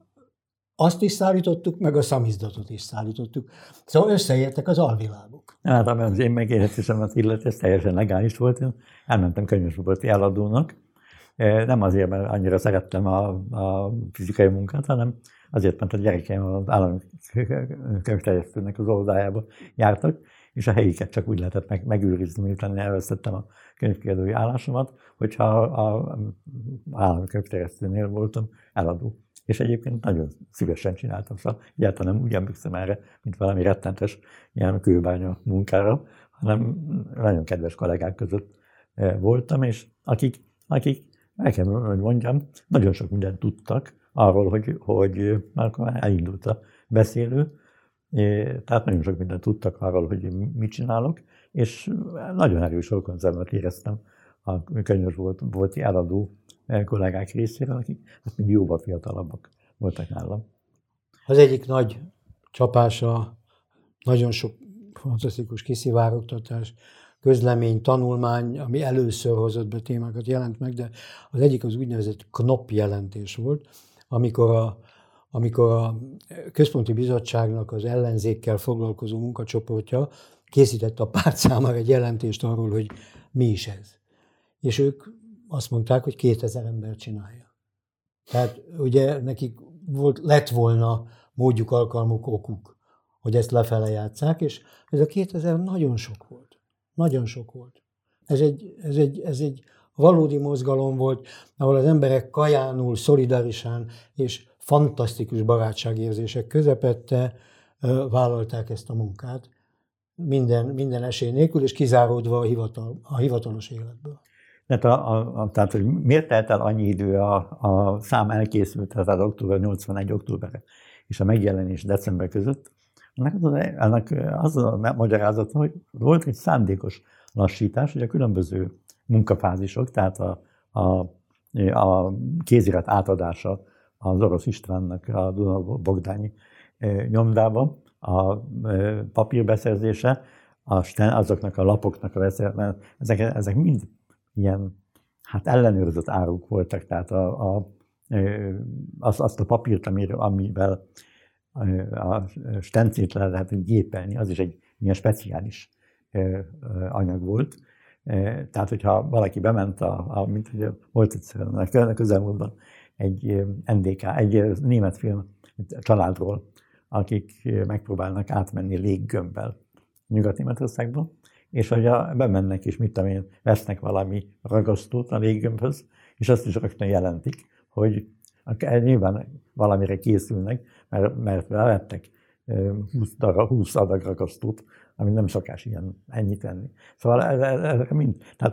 azt is szállítottuk, meg a szamizdatot is szállítottuk. Szóval összeértek az alvilágok. Hát, ami az én megélhetésemet illeti, ez teljesen legális volt. Én elmentem könyvesbolti eladónak. Nem azért, mert annyira szerettem a, a fizikai munkát, hanem azért, mert a gyerekeim az állami könyvterjesztőnek az oldaljába jártak, és a helyiket csak úgy lehetett meg, megőrizni, miután elvesztettem a könyvkiadói állásomat, hogyha a állami könyvterjesztőnél voltam eladó. És egyébként nagyon szívesen csináltam, szóval egyáltalán nem úgy emlékszem erre, mint valami rettentes ilyen kőbánya munkára, hanem nagyon kedves kollégák között voltam, és akik, akik el kell, hogy mondjam, nagyon sok mindent tudtak arról, hogy, hogy már elindult a beszélő, tehát nagyon sok mindent tudtak arról, hogy mit csinálok, és nagyon erős konzervet éreztem a könyves volt, volti eladó kollégák részéről, akik hát mind jóval fiatalabbak voltak nálam. Az egyik nagy csapása, nagyon sok fantasztikus kiszivárogtatás, közlemény, tanulmány, ami először hozott be témákat, jelent meg, de az egyik az úgynevezett knop jelentés volt, amikor a, amikor a Központi Bizottságnak az ellenzékkel foglalkozó munkacsoportja készített a párt számára egy jelentést arról, hogy mi is ez. És ők azt mondták, hogy kétezer ember csinálja. Tehát ugye nekik volt, lett volna módjuk, alkalmuk, okuk, hogy ezt lefele játsszák, és ez a kétezer nagyon sok volt. Nagyon sok volt. Ez egy, ez egy, ez egy valódi mozgalom volt, ahol az emberek kajánul, szolidárisan és fantasztikus barátságérzések közepette vállalták ezt a munkát, minden, minden esély nélkül, és kizáródva a, hivatal, a hivatalos életből. Tehát, a, a, a, tehát, hogy miért telt el annyi idő a, a szám elkészült, tehát október nyolcvanegy október és a megjelenés december között, ennek az, ennek az a magyarázata, hogy volt egy szándékos lassítás, hogy a különböző munkafázisok, tehát a, a, a kézirat átadása az Orosz Istvánnak a Duna-Bogdányi nyomdába, a papírbeszerzése, azoknak a lapoknak a beszerzése, ezek, ezek mind ilyen hát ellenőrzött áruk voltak, tehát a, a, az, azt a papírt, amivel a stencilt le lehet gépelni, az is egy milyen speciális anyag volt. Tehát, hogyha valaki bement, a, a, mint ugye volt egyszerűen a közelmúltban egy en dé ká, egy német film egy családról, akik megpróbálnak átmenni léggömbbel Nyugat-Németországba, és hogy bemennek, és mit tudom én, vesznek valami ragasztót a léggömbhöz, és azt is rögtön jelentik, hogy nyilván valamire készülnek, mert, mert vettek húsz, darab, húsz adag ragasztót, ami nem szokás ilyen ennyit venni. Szóval ezek mind. Tehát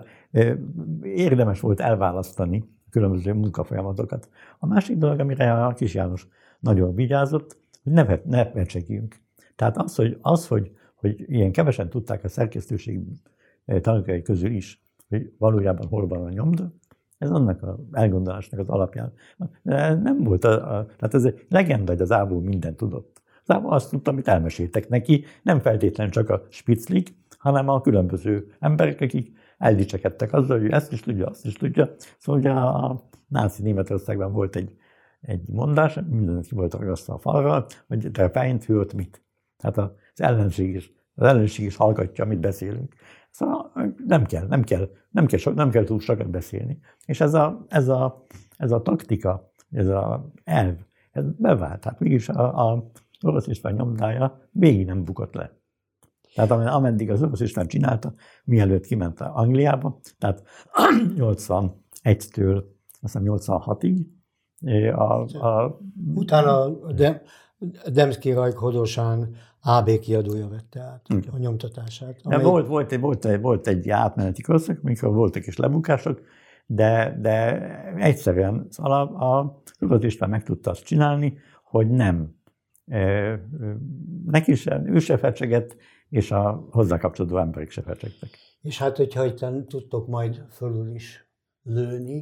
érdemes volt elválasztani különböző munkafolyamatokat. A másik dolog, amire a Kis János nagyon vigyázott, hogy ne, ne vecsegjünk. Tehát az, hogy, az hogy, hogy ilyen kevesen tudták a szerkesztőség tanulói közül is, hogy valójában hol van a nyomda, ez annak az elgondolásnak az alapján. Nem volt, a, a, tehát ez egy legenda, hogy az Ábó mindent tudott. Az Ábó azt tudta, amit elmeséltek neki, nem feltétlenül csak a spiclik, hanem a különböző emberek, akik eldicsekedtek azzal, hogy ezt is tudja, azt is tudja. Szóval ugye a náci Németországban volt egy, egy mondás, mindenki volt ragasztva a falra, hogy te fejnt hőt mit. Tehát az ellenség is, az ellenség is hallgatja, amit beszélünk. Szóval nem kell, nem kell, nem kell, so, nem kell túl sokat beszélni. És ez a, ez a, ez a taktika, ez az elv, ez bevált. Tehát mégis a, a Orosz István nyomdája végig nem bukott le. Tehát ameddig az Orosz István csinálta, mielőtt kiment Angliába, tehát nyolcvanegytől azt hiszem nyolcvanhatig. A, a, Utána de, Demszky Rajk Hodosán á bé kiadója vette át igen. a nyomtatását. Amely... Volt, volt, egy, volt, egy, volt egy átmeneti korszak, amikor voltak is lebukások, de, de egyszerűen szóval a, a Orosz István meg tudta azt csinálni, hogy nem. E, neki sem, ő se fecsegett, és a hozzá kapcsolódó emberek se fecsegtek. És hát, hogyha itt tudtok majd fölül is lőni,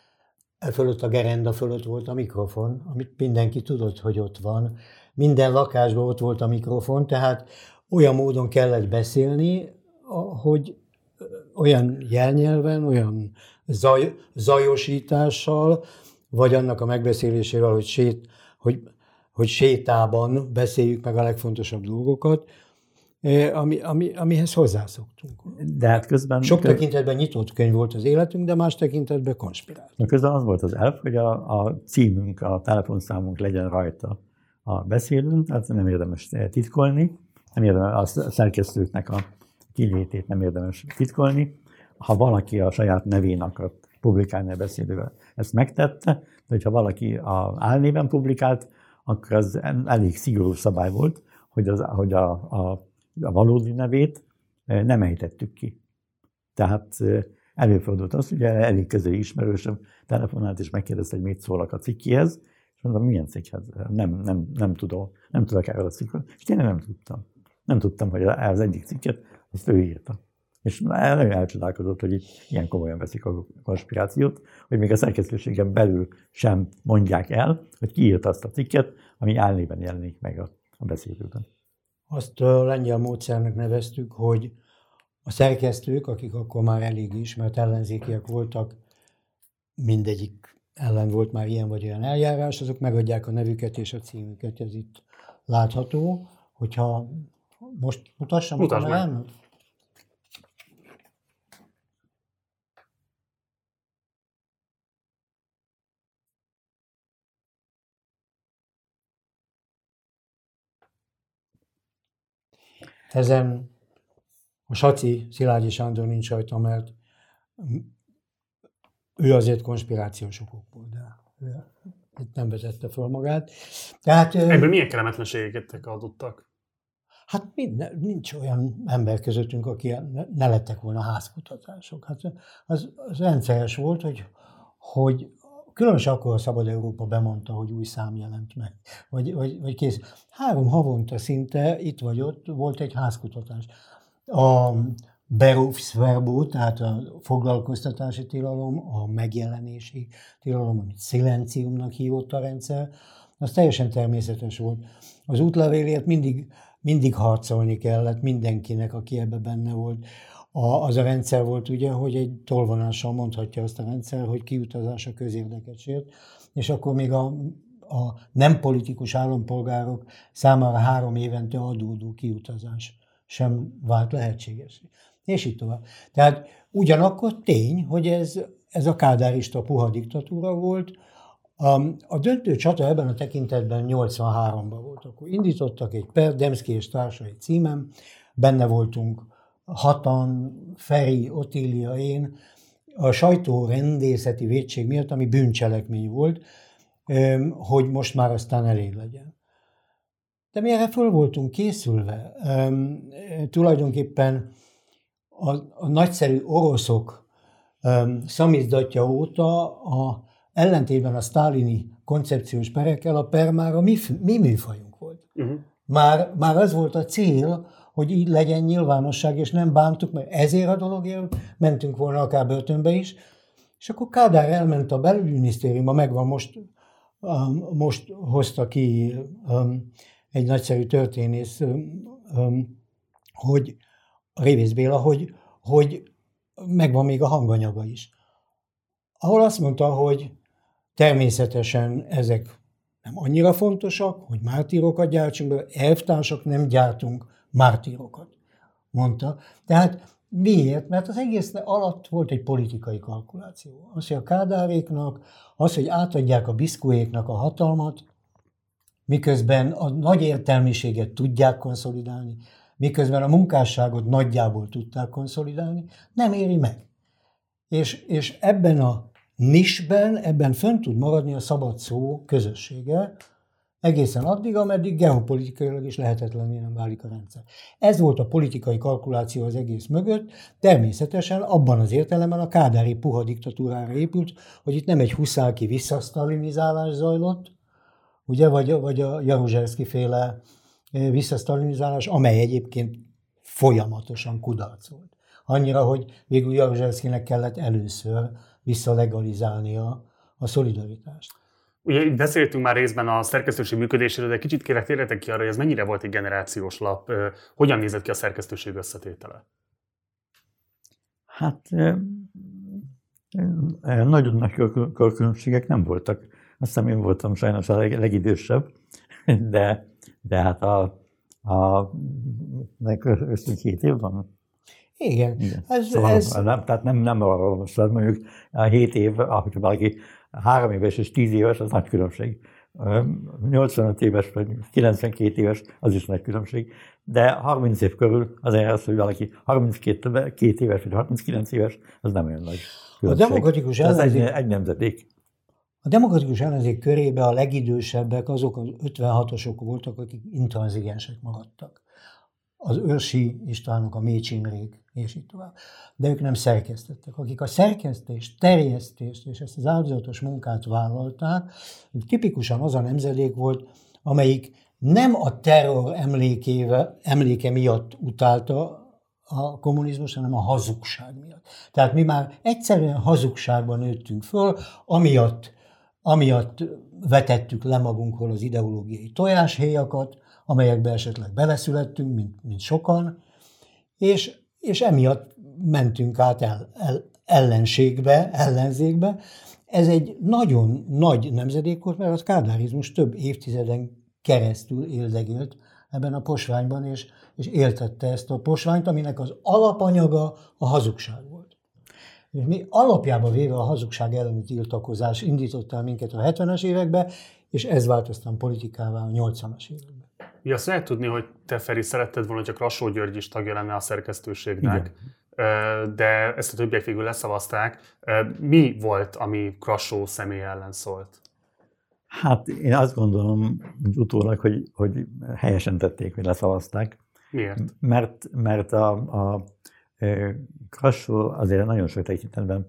e fölött a gerenda fölött volt a mikrofon, amit mindenki tudott, hogy ott van. Minden lakásban ott volt a mikrofon, tehát olyan módon kellett beszélni, hogy olyan jelnyelven, olyan zaj, zajosítással, vagy annak a megbeszélésével, hogy, sét, hogy, hogy sétában beszéljük meg a legfontosabb dolgokat, ami, ami, amihez hozzászoktunk. De hát közben... Sok köz... tekintetben nyitott könyv volt az életünk, de más tekintetben konspirált. De közben az volt az elv, hogy a, a címünk, a telefonszámunk legyen rajta a beszélőn, tehát nem érdemes titkolni, nem érdemes a szerkesztőknek a kilétét nem érdemes titkolni. Ha valaki a saját nevén akart publikálni a beszélővel, ezt megtette, de hogyha valaki a álnéven publikált, akkor az elég szigorú szabály volt, hogy, az, hogy a, a a valódi nevét nem ejtettük ki. Tehát előfordult az, hogy elég közeli ismerősöm telefonált és megkérdezte, hogy mit szólok a cikkéhez, és mondtam, milyen cikkhez? Nem, nem, nem tudom, nem tudok erről a cikkről. És tényleg nem tudtam. Nem tudtam, hogy az egyik cikket, azt ő írta. És nagyon elcsodálkozott, hogy itt ilyen komolyan veszik a konspirációt, hogy még a szerkesztőségen belül sem mondják el, hogy ki írta azt a cikket, ami álnéven jelenik meg a, a beszélőben. Azt a lengyel módszernek neveztük, hogy a szerkesztők, akik akkor már elég ismert ellenzékiek voltak, mindegyik ellen volt már ilyen vagy olyan eljárás, azok megadják a nevüket és a címüket, ez itt látható. Hogyha most mutassam, Mutasd meg. Ezen a Saci Szilágyi Sándor nincs rajta, mert ő azért konspirációs okokból, de ő nem vezette föl magát. Tehát, ebből milyen kellemetlenségeket adottak? Hát minden, nincs olyan ember közöttünk, aki ne lettek volna házkutatások. Hát az, az rendszeres volt, hogy, hogy különösen akkor a Szabad Európa bemondta, hogy új szám jelent meg, vagy, vagy, vagy kész. Három havonta szinte itt vagy ott volt egy házkutatás. A Berufsverbot, tehát a foglalkoztatási tilalom, a megjelenési tilalom, amit szilenciumnak hívott a rendszer, az teljesen természetes volt. Az útlevélért mindig, mindig harcolni kellett mindenkinek, aki ebbe benne volt. A, az a rendszer volt ugye, hogy egy tolvonással mondhatja azt a rendszer, hogy kiutazás a közérdeket sért, és akkor még a, a nem politikus állampolgárok számára három évente adódó kiutazás sem vált lehetséges. És így tovább. Tehát ugyanakkor tény, hogy ez, ez a kádárista puha diktatúra volt. A, a döntő csata ebben a tekintetben nyolcvanháromban volt. Akkor indítottak egy per, Demszky és társai címen, benne voltunk hatan, Feri, Otília, én, a sajtórendészeti vétség miatt, ami bűncselekmény volt, hogy most már aztán elég legyen. De mi erre föl voltunk készülve. Tulajdonképpen a, a nagyszerű oroszok szamizdatja óta a ellentétben a sztálini koncepciós perekkel, a per már a mi, mi műfajunk volt. Uh-huh. Már, már az volt a cél, hogy így legyen nyilvánosság, és nem bántuk, mert ezért a dologért mentünk volna akár börtönbe is. És akkor Kádár elment a belügyminisztériumba, megvan most, um, most hozta ki um, egy nagyszerű történész, um, hogy Révész Béla, hogy, hogy megvan még a hanganyaga is. Ahol azt mondta, hogy természetesen ezek nem annyira fontosak, hogy mártírokat gyártsunk, de elvtársak nem gyártunk mártírokat, mondta. Tehát miért? Mert az egész alatt volt egy politikai kalkuláció. Az, hogy a Kádáréknak, az, hogy átadják a Biszkóéknak a hatalmat, miközben a nagy értelmiséget tudják konszolidálni, miközben a munkásságot nagyjából tudták konszolidálni, nem éri meg. És, és ebben a nisben, ebben fönn tud maradni a szabad szó közössége, egészen addig, ameddig geopolitikailag is lehetetlenné nem válik a rendszer. Ez volt a politikai kalkuláció az egész mögött, természetesen abban az értelemben a kádári puha diktatúrára épült, hogy itt nem egy huszáki visszasztalinizálás zajlott, ugye, vagy, vagy a Jaruzselszky féle visszasztalinizálás, amely egyébként folyamatosan kudarc volt. Annyira, hogy végül Jaruzselszkynek kellett először visszalegalizálni a, a szolidaritást. Ugye itt beszéltünk már részben a szerkesztőség működéséről, de kicsit kérlek térjetek ki arra, hogy ez mennyire volt egy generációs lap, hogyan nézett ki a szerkesztőség összetétele? Hát nagyon nagy különbségek nem voltak. Azt hiszem, én voltam sajnos a leg, legidősebb, de, de hát a, a köztünk hét év van. Igen. Igen. Ez, szóval ez... Nem, tehát nem, nem arról most, mondjuk a hét év, ahogy valaki három éves és tíz éves, az nagy különbség. nyolcvanöt éves vagy kilencvenkét éves, az is nagy különbség. De harminc év körül azért az, hogy valaki harminckét éves vagy harminckilenc éves, az nem olyan nagy különbség. A demokratikus ellenzék, egy, egy nemzedék. A demokratikus ellenzék körében a legidősebbek azok az ötvenhatosok voltak, akik intranzigensek maradtak. Az Őrsi Istvánok, a Mécs Imrék, és így tovább. De ők nem szerkesztettek. Akik a szerkesztést, terjesztést és ezt az áldozatos munkát vállalták, tipikusan az a nemzedék volt, amelyik nem a terror emlékéve, emléke miatt utálta a kommunizmus, hanem a hazugság miatt. Tehát mi már egyszerűen hazugságban nőttünk föl, amiatt, amiatt vetettük le magunkról az ideológiai tojáshéjakat, amelyekbe esetleg beleszülettünk, mint, mint sokan, és, és emiatt mentünk át el, el, ellenségbe, ellenzékbe. Ez egy nagyon nagy nemzedék volt, mert a kádárizmus több évtizeden keresztül éldegélt ebben a posványban, és, és éltette ezt a posványt, aminek az alapanyaga a hazugság volt. És mi alapjába véve a hazugság elleni tiltakozás indított el minket a hetvenes években, és ez vált aztán politikává a nyolcvanas években. Ja, azt lehet tudni, hogy te, Feri, szeretted volna, hogy a Krassó György is tagja lenne a szerkesztőségnek, igen. De ezt a többiek végül leszavazták. Mi volt, ami Krassó személy ellen szólt? Hát én azt gondolom utólag, hogy, hogy helyesen tették, hogy leszavazták. Miért? Mert, mert a, a Krassó azért nagyon sok tekintetben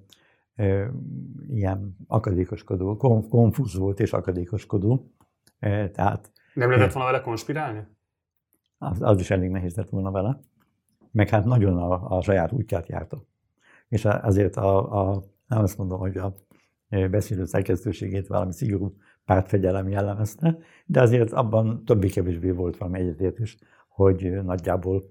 ilyen akadékoskodó, konfúz volt és akadékoskodó. Tehát nem lehetett volna vele konspirálni? Az, az is elég nehéz lett volna vele. Meg hát nagyon a, a saját útját járta. És azért a, a, nem azt mondom, hogy a beszélő szerkesztőségét valami szigorú pártfegyelem jellemezte, de azért abban többé-kevésbé volt valami egyetértés, hogy nagyjából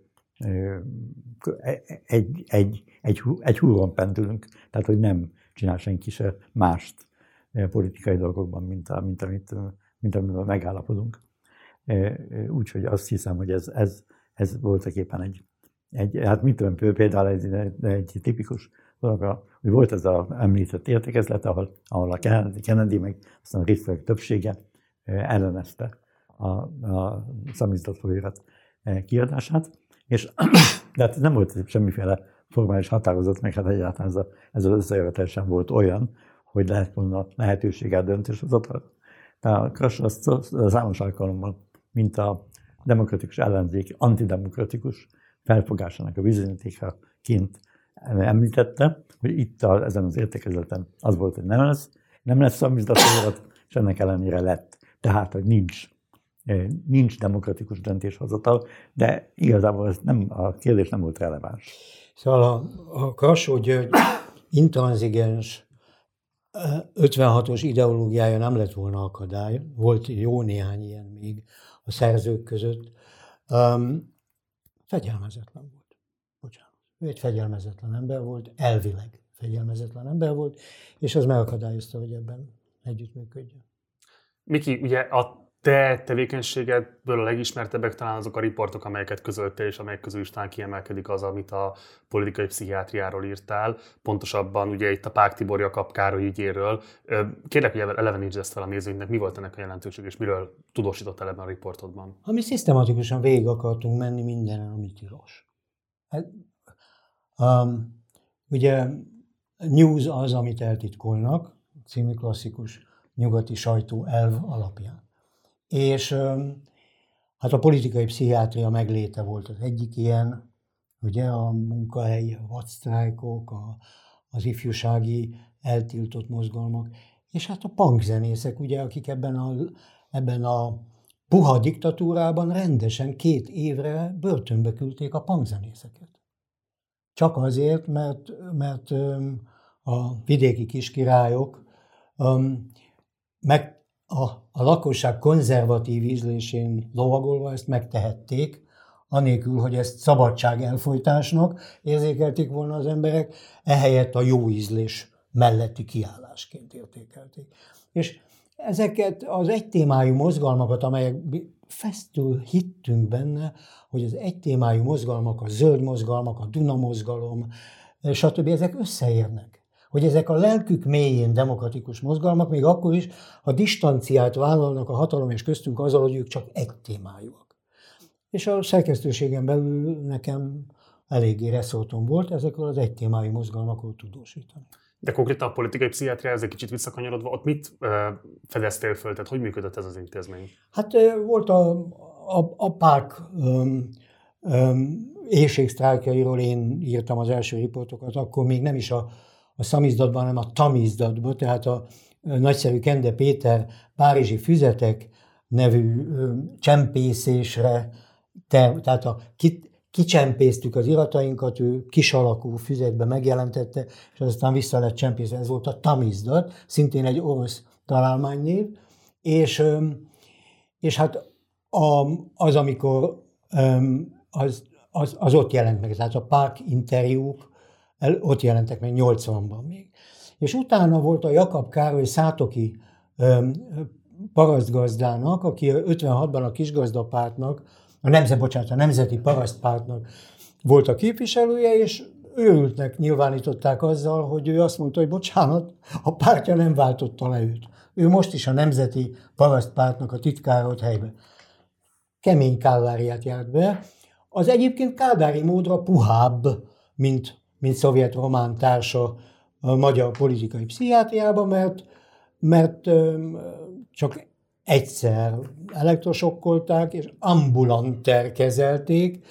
egy, egy, egy, egy húron pendülünk, tehát hogy nem csinál senki se mást politikai dolgokban, mint, a, mint, amit, mint amiben megállapodunk. Úgyhogy azt hiszem, hogy ez, ez, ez voltak éppen egy, egy hát mit tudom, például egy, egy tipikus dolog, hogy volt ez az említett értekezlet, ahol, ahol a Kennedy, meg aztán a résztvevők többsége ellenezte a, a szamizdat folyóirat kiadását, és de hát nem volt semmiféle formális határozat, meg hát egyáltalán ez, a, ez az összejövetel sem volt olyan, hogy lehet volna lehetőséggel döntéshozatal. Tehát a Kras azt számos alkalommal, mint a demokratikus ellenzék antidemokratikus felfogásának a bizonyítékaként említette, hogy itt a, ezen az értekezleten az volt, hogy nem lesz, nem lesz szamizdatfolyamat, és ennek ellenére lett. Tehát, hogy nincs, nincs demokratikus döntéshozatal, de igazából ez nem, a kérdés nem volt releváns. Szóval a, a Krassó-György intranzigens ötvenhatos ideológiája nem lett volna akadály, volt jó néhány ilyen még a szerzők között. Um, fegyelmezetlen volt. Bocsánat. Ő egy fegyelmezetlen ember volt, elvileg fegyelmezetlen ember volt, és az megakadályozta, hogy ebben együttműködjön. Miki, ugye a te tevékenységedből a legismertebbek talán azok a riportok, amelyeket közöltél, és amelyek közül is talán kiemelkedik az, amit a politikai pszichiátriáról írtál. Pontosabban ugye itt a Pák Tibor Jakab Károly ügyéről. Kérlek, hogy elevenítsd ezt fel a nézőinknek, mi volt ennek a jelentőség, és miről tudósítottál ebben a riportodban? Ha mi szisztematikusan végig akartunk menni mindenen, ami tilos. Hát, um, ugye news az, amit eltitkolnak, című klasszikus nyugati sajtó elv alapján. És hát a politikai pszichiátria megléte volt az egyik ilyen, ugye a munkahelyi vadsztrájkok, a, az ifjúsági eltiltott mozgalmak, és hát a punkzenészek, ugye, akik ebben a, ebben a puha diktatúrában rendesen két évre börtönbe küldték a punkzenészeket. Csak azért, mert, mert a vidéki kiskirályok meg A, a lakosság konzervatív ízlésén lovagolva ezt megtehették, anélkül, hogy ezt szabadság elfojtásnak érzékelték volna az emberek, ehelyett a jó ízlés melletti kiállásként értékelték. És ezeket az egytémájú mozgalmakat, amelyek fesztül hittünk benne, hogy az egytémájú mozgalmak, a zöld mozgalmak, a Duna mozgalom, stb. Ezek összeérnek. Hogy ezek a lelkük mélyén demokratikus mozgalmak, még akkor is, ha distanciát vállalnak a hatalom és köztünk azzal, hogy ők csak egy témájúak. És a szerkesztőségen belül nekem eléggé reszortom volt ezekről az egy témájú mozgalmakról tudósítani. De konkrétan a politikai pszichiátriához egy kicsit visszakanyarodva, ott mit uh, fedeztél föl, tehát hogy működött ez az intézmény? Hát volt a, a, a pák um, um, éhségsztrájkjairól én írtam az első riportokat, akkor még nem is a a szamizdatban, hanem a tamizdatban, tehát a nagyszerű Kende Péter Párizsi füzetek nevű csempészésre, te, tehát a, ki, kicsempésztük az iratainkat, ő kis alakú füzetbe megjelentette, és aztán vissza lett csempészve. Ez volt a tamizdat, szintén egy orosz találmánynév, és, és hát a, az, amikor az, az, az ott jelent meg, tehát a Pák interjúk, El, ott jelentek meg nyolcvanban még. És utána volt a Jakab Károly szátoki ö, parasztgazdának, aki ötvenhatban a Kisgazdapártnak, a nemzet, bocsánat, a Nemzeti Parasztpártnak volt a képviselője, és őrültnek nyilvánították azzal, hogy ő azt mondta, hogy bocsánat, a pártja nem váltotta le őt. Ő most is a Nemzeti Parasztpártnak a titkára ott helyben. Kemény kálváriát járt be. Az egyébként kádári módra puhább, mint mint szovjet-román társa a magyar politikai pszichiátriában, mert, mert csak egyszer elektrosokkolták, és ambulanter kezelték,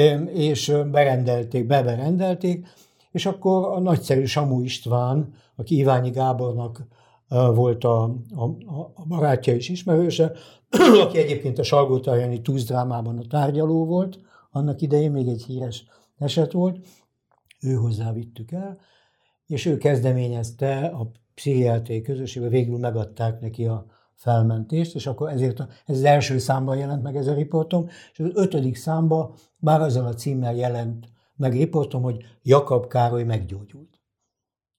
és berendelték, beberendelték, és akkor a nagyszerű Samu István, aki Iványi Gábornak volt a, a, a barátja és ismerőse, aki egyébként a Salgótarjáni Túzdrámában a tárgyaló volt, annak idején még egy híres eset volt, ő hozzá vittük el, és ő kezdeményezte a pszichiátriai közösségbe, végül megadták neki a felmentést, és akkor ezért a, ez az első számban jelent meg ez a riportom, és az ötödik számban bár azzal a címmel jelent meg riportom, hogy Jakab Károly meggyógyult.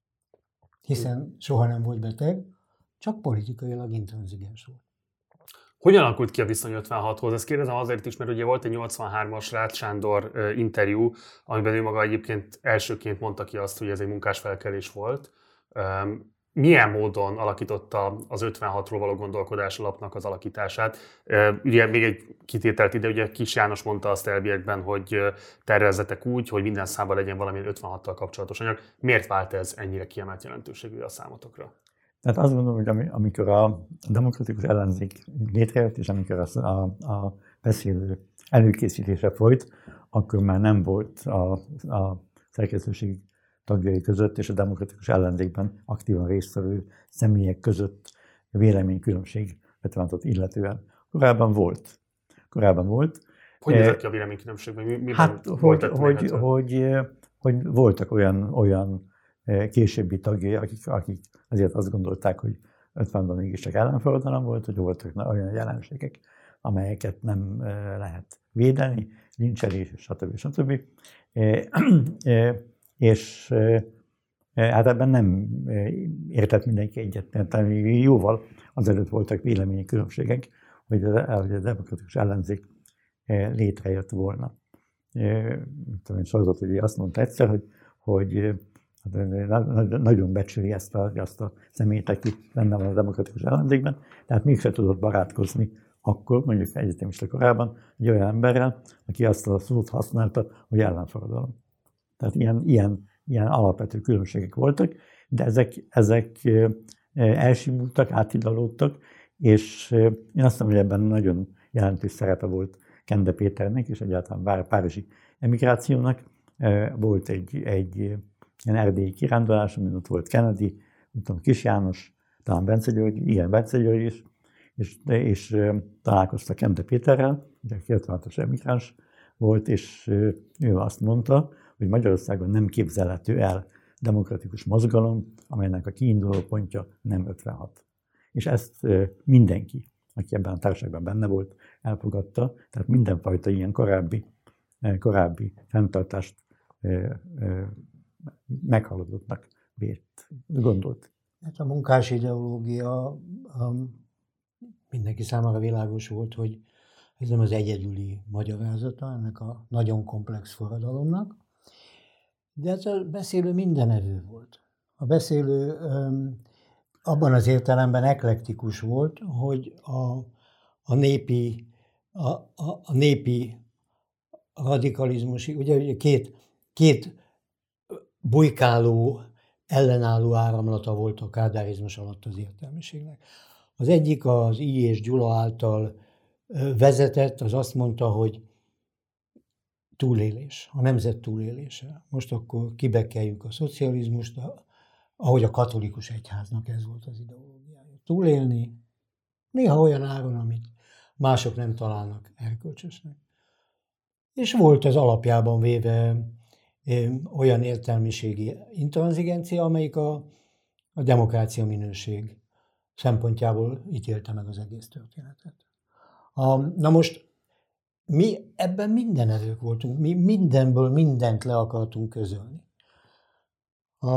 Hiszen soha nem volt beteg, csak politikailag intranzigens volt. Hogyan alakult ki a viszony ötvenhathoz? Ezt kérdezem azért is, mert ugye volt egy nyolcvanhármas Rácz Sándor uh, interjú, amiben ő maga egyébként elsőként mondta ki azt, hogy ez egy munkásfelkelés volt. Um, milyen módon alakította az ötvenhatról való gondolkodás alapnak az alakítását? Uh, ugye még egy kitételt ide, ugye Kis János mondta azt elviekben, hogy tervezzetek úgy, hogy minden számban legyen valami ötvenhattal kapcsolatos anyag. Miért vált ez ennyire kiemelt jelentőségű a számotokra? Tehát azt gondolom, hogy amikor a demokratikus ellenzék létrejött, és amikor a, a, a beszélő előkészítése folyt, akkor már nem volt a, a szerkesztőség tagjai között és a demokratikus ellenzékben aktívan résztvevő személyek között véleménykülönbség ötvenhatot illetően. Korábban volt. Korábban volt. Hogy nézett ki a véleménykülönbség? Miben hát, hogy, hogy, hogy, hogy voltak olyan, olyan későbbi tagjai, akik, akik azért azt gondolták, hogy ötvenben mégiscsak ellenforradalom volt, hogy voltak olyan jelenségek, amelyeket nem lehet védeni, lincselés, stb. stb. És hát ebben nem értett mindenki egyet, mert jóval azelőtt voltak véleményi különbségek, hogy a demokratikus ellenzék létrejött volna. Tudom, Sorozat ugye azt mondta egyszer, hogy, hogy nagyon becsüli ezt a, azt a személyt, aki benne van a demokratikus ellenzékben, tehát mégsem tudott barátkozni akkor, mondjuk egyetemista korában, egy olyan emberrel, aki azt a szót használta, hogy ellenforradalom. Tehát ilyen, ilyen, ilyen alapvető különbségek voltak, de ezek, ezek elsimultak, átidalódtak, és én azt mondom, hogy ebben nagyon jelentős szerepe volt Kende Péternek, és egyáltalán párizsi emigrációnak. Volt egy, egy ilyen erdélyi kirándulás, amin ott volt Kennedy, tudom, Kis János, talán Bence György, igen, Bence György is, és, és találkoztak Kende Péterrel, aki ötvenhatos emigráns volt, és ő azt mondta, hogy Magyarországon nem képzelhető el demokratikus mozgalom, amelynek a kiinduló pontja nem ötvenhat. És ezt mindenki, aki ebben a társaságban benne volt, elfogadta, tehát mindenfajta ilyen korábbi, korábbi fenntartást meghalodottnak vért, gondolt. Hát a munkás ideológia um, mindenki számára világos volt, hogy ez nem az egyedüli magyarázata ennek a nagyon komplex forradalomnak, de ez a beszélő mindenevő volt. A beszélő um, abban az értelemben eklektikus volt, hogy a, a, népi, a, a, a népi radikalizmus, ugye, ugye két, két bujkáló, ellenálló áramlata volt a kádárizmus alatt az értelmiségnek. Az egyik az I. és Gyula által vezetett, az azt mondta, hogy túlélés, a nemzet túlélése. Most akkor kibekeljük a szocializmust, ahogy a katolikus egyháznak ez volt az ideológiája. Túlélni, néha olyan áron, amit mások nem találnak erkölcsösnek. És volt az alapjában véve olyan értelmiségi intranzigencia, amelyik a, a demokrácia minőség szempontjából ítélte meg az egész történetet. A, na most mi ebben mindenevők voltunk, mi mindenből mindent le akartunk közölni. A,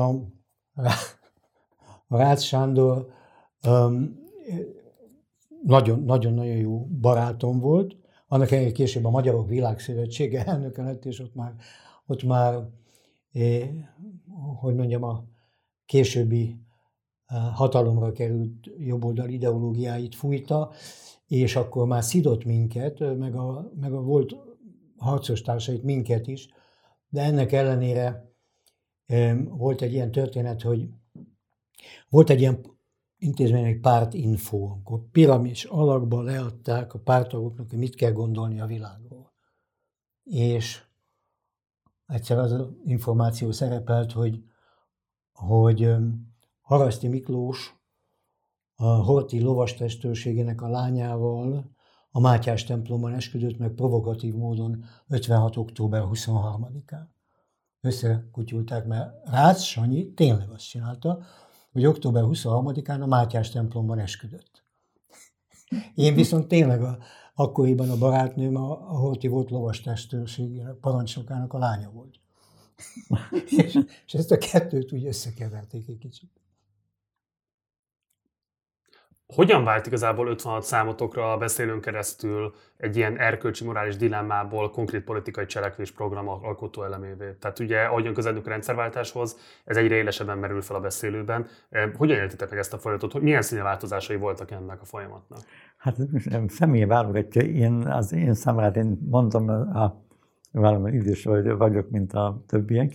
a Rácz Sándor um, nagyon-nagyon jó barátom volt, annak ellenére később a Magyarok Világszövetsége elnöke lett, és ott már, ott már eh, hogy mondjam, a későbbi hatalomra került jobboldal ideológiáit fújta, és akkor már szidott minket, meg a, meg a volt harcos társait, minket is, de ennek ellenére eh, volt egy ilyen történet, hogy volt egy ilyen intézmények pártinfo, akkor piramis alakba leadták a pártagoknak, hogy mit kell gondolni a világról. És egyszer az az információ szerepelt, hogy, hogy Haraszti Miklós a Horthy lovastestőrségének a lányával a Mátyás templomban esküdött meg provokatív módon ötvenhat október huszonharmadikán. Összekutyulták, mert Rácz Sanyi tényleg azt csinálta, hogy október huszonharmadikán a Mátyás templomban esküdött. Én viszont tényleg a, akkoriban a barátnőm a, a Horthy volt lovastestőrségének, parancsnokának a lánya volt. és, és ezt a kettőt úgy összekeverték egy kicsit. Hogyan vált igazából ötvenhat számotokra a beszélőn keresztül egy ilyen erkölcsi morális dilemmából konkrét politikai cselekvésprogram alkotó elemévé? Tehát ugye, ahogyan közeledünk a rendszerváltáshoz, ez egyre élesebben merül fel a beszélőben. Hogyan éltétek meg ezt a folyamatot? Milyen színeváltozásai voltak ennek a folyamatnak? Hát személye válogatja. Én, az én számomra, én mondom, a, valami idős vagyok, mint a többiek.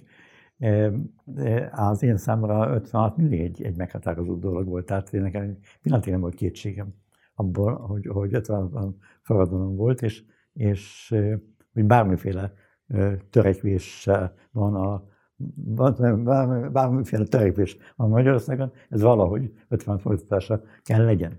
Az én számomra ötvenhat mindig egy, egy meghatározó dolog volt. Tehát én nekem pillanatig nem volt kétségem abból, hogy, hogy ötvenhatban forradalom volt, és, és hogy bármiféle törekvés van a bármi, bármiféle törekvés van Magyarországon, ez valahogy ötvenhat folytatása kell legyen.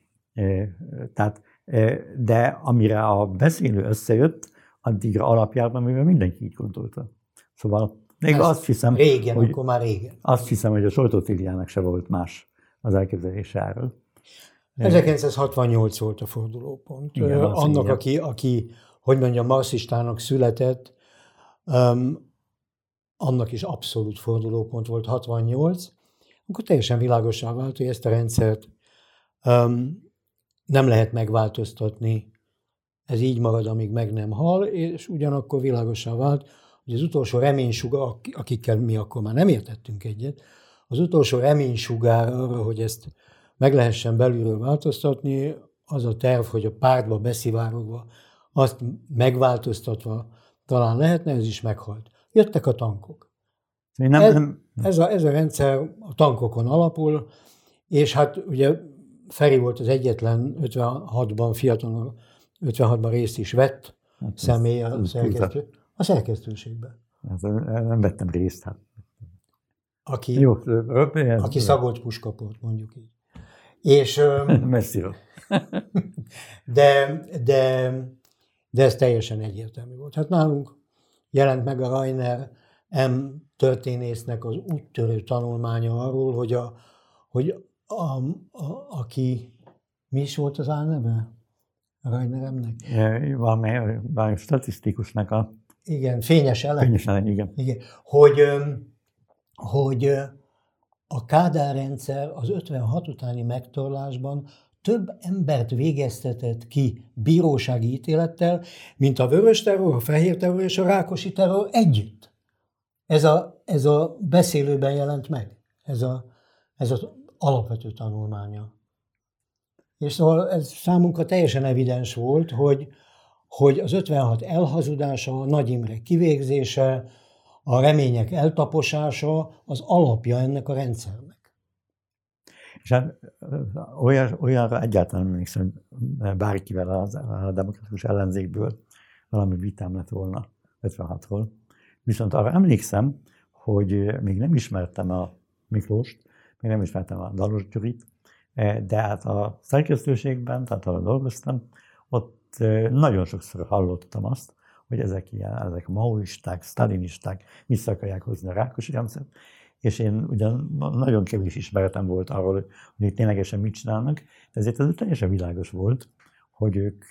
Tehát, de amire a beszélő összejött, addigra alapjában, mivel mindenki így gondolta. Szóval még ezt azt hiszem, régen, hogy, akkor már régen. Azt hiszem, hogy a Soltó Tilliának se volt más az elképzelésáról. ezerkilencszázhatvannyolc volt a fordulópont. Igen, annak, aki, aki, hogy mondjam, marxistának született, um, annak is abszolút fordulópont volt hatvannyolc, akkor teljesen világossá vált, hogy ezt a rendszert um, nem lehet megváltoztatni. Ez így marad, amíg meg nem hal, és ugyanakkor világossá vált, hogy az utolsó reménysugár, akikkel mi akkor már nem értettünk egyet, az utolsó reménysugár arra, hogy ezt meg lehessen belülről változtatni, az a terv, hogy a pártba beszivárogva, azt megváltoztatva talán lehetne, ez is meghalt. Jöttek a tankok. Nem, ez, nem. Ez, a, ez a rendszer a tankokon alapul, és hát ugye Feri volt az egyetlen ötvenhatban, fiatalon ötvenhatban részt is vett hát személy a szerkesztő. A szerkesztőségben. Nem vettem részt. Hát. Aki, Jó, aki Szabolcs kapott, mondjuk így. És, messziről. de, de, de ez teljesen egyértelmű volt. Hát nálunk jelent meg a Rainer M. történésznek az úttörő tanulmánya arról, hogy, a, hogy a, a, aki, mi is volt az álneve? Rainer M-nek? Valami, valami statisztikusnak a Igen, fényes elem. Fényes elem, igen. igen. Hogy, hogy a Kádár rendszer az ötvenhat utáni megtorlásban több embert végeztetett ki bírósági ítélettel, mint a vörös terror, a fehér terror és a rákosi terror együtt. Ez a, ez a beszélőben jelent meg. Ez, a, ez az alapvető tanulmánya. És szóval ez számunkra teljesen evidens volt, hogy hogy az ötvenhat elhazudása, a Nagy Imre kivégzése, a remények eltaposása az alapja ennek a rendszernek. És hát olyan, olyanra egyáltalán nem emlékszem, hogy bárkivel az, a demokratikus ellenzékből valami vitám lett volna ötvenhatról. Viszont arra emlékszem, hogy még nem ismertem a Miklóst, még nem ismertem a Dalos Gyurit, de hát a szerkesztőségben, tehát ahol dolgoztam, ott nagyon sokszor hallottam azt, hogy ezek, ilyen, ezek maoisták, sztalinisták vissza akarják hozni a Rákosi rendszert, és én ugyan nagyon kevés ismeretem volt arról, hogy ők ténylegesen mit csinálnak, de ezért ez teljesen világos volt, hogy ők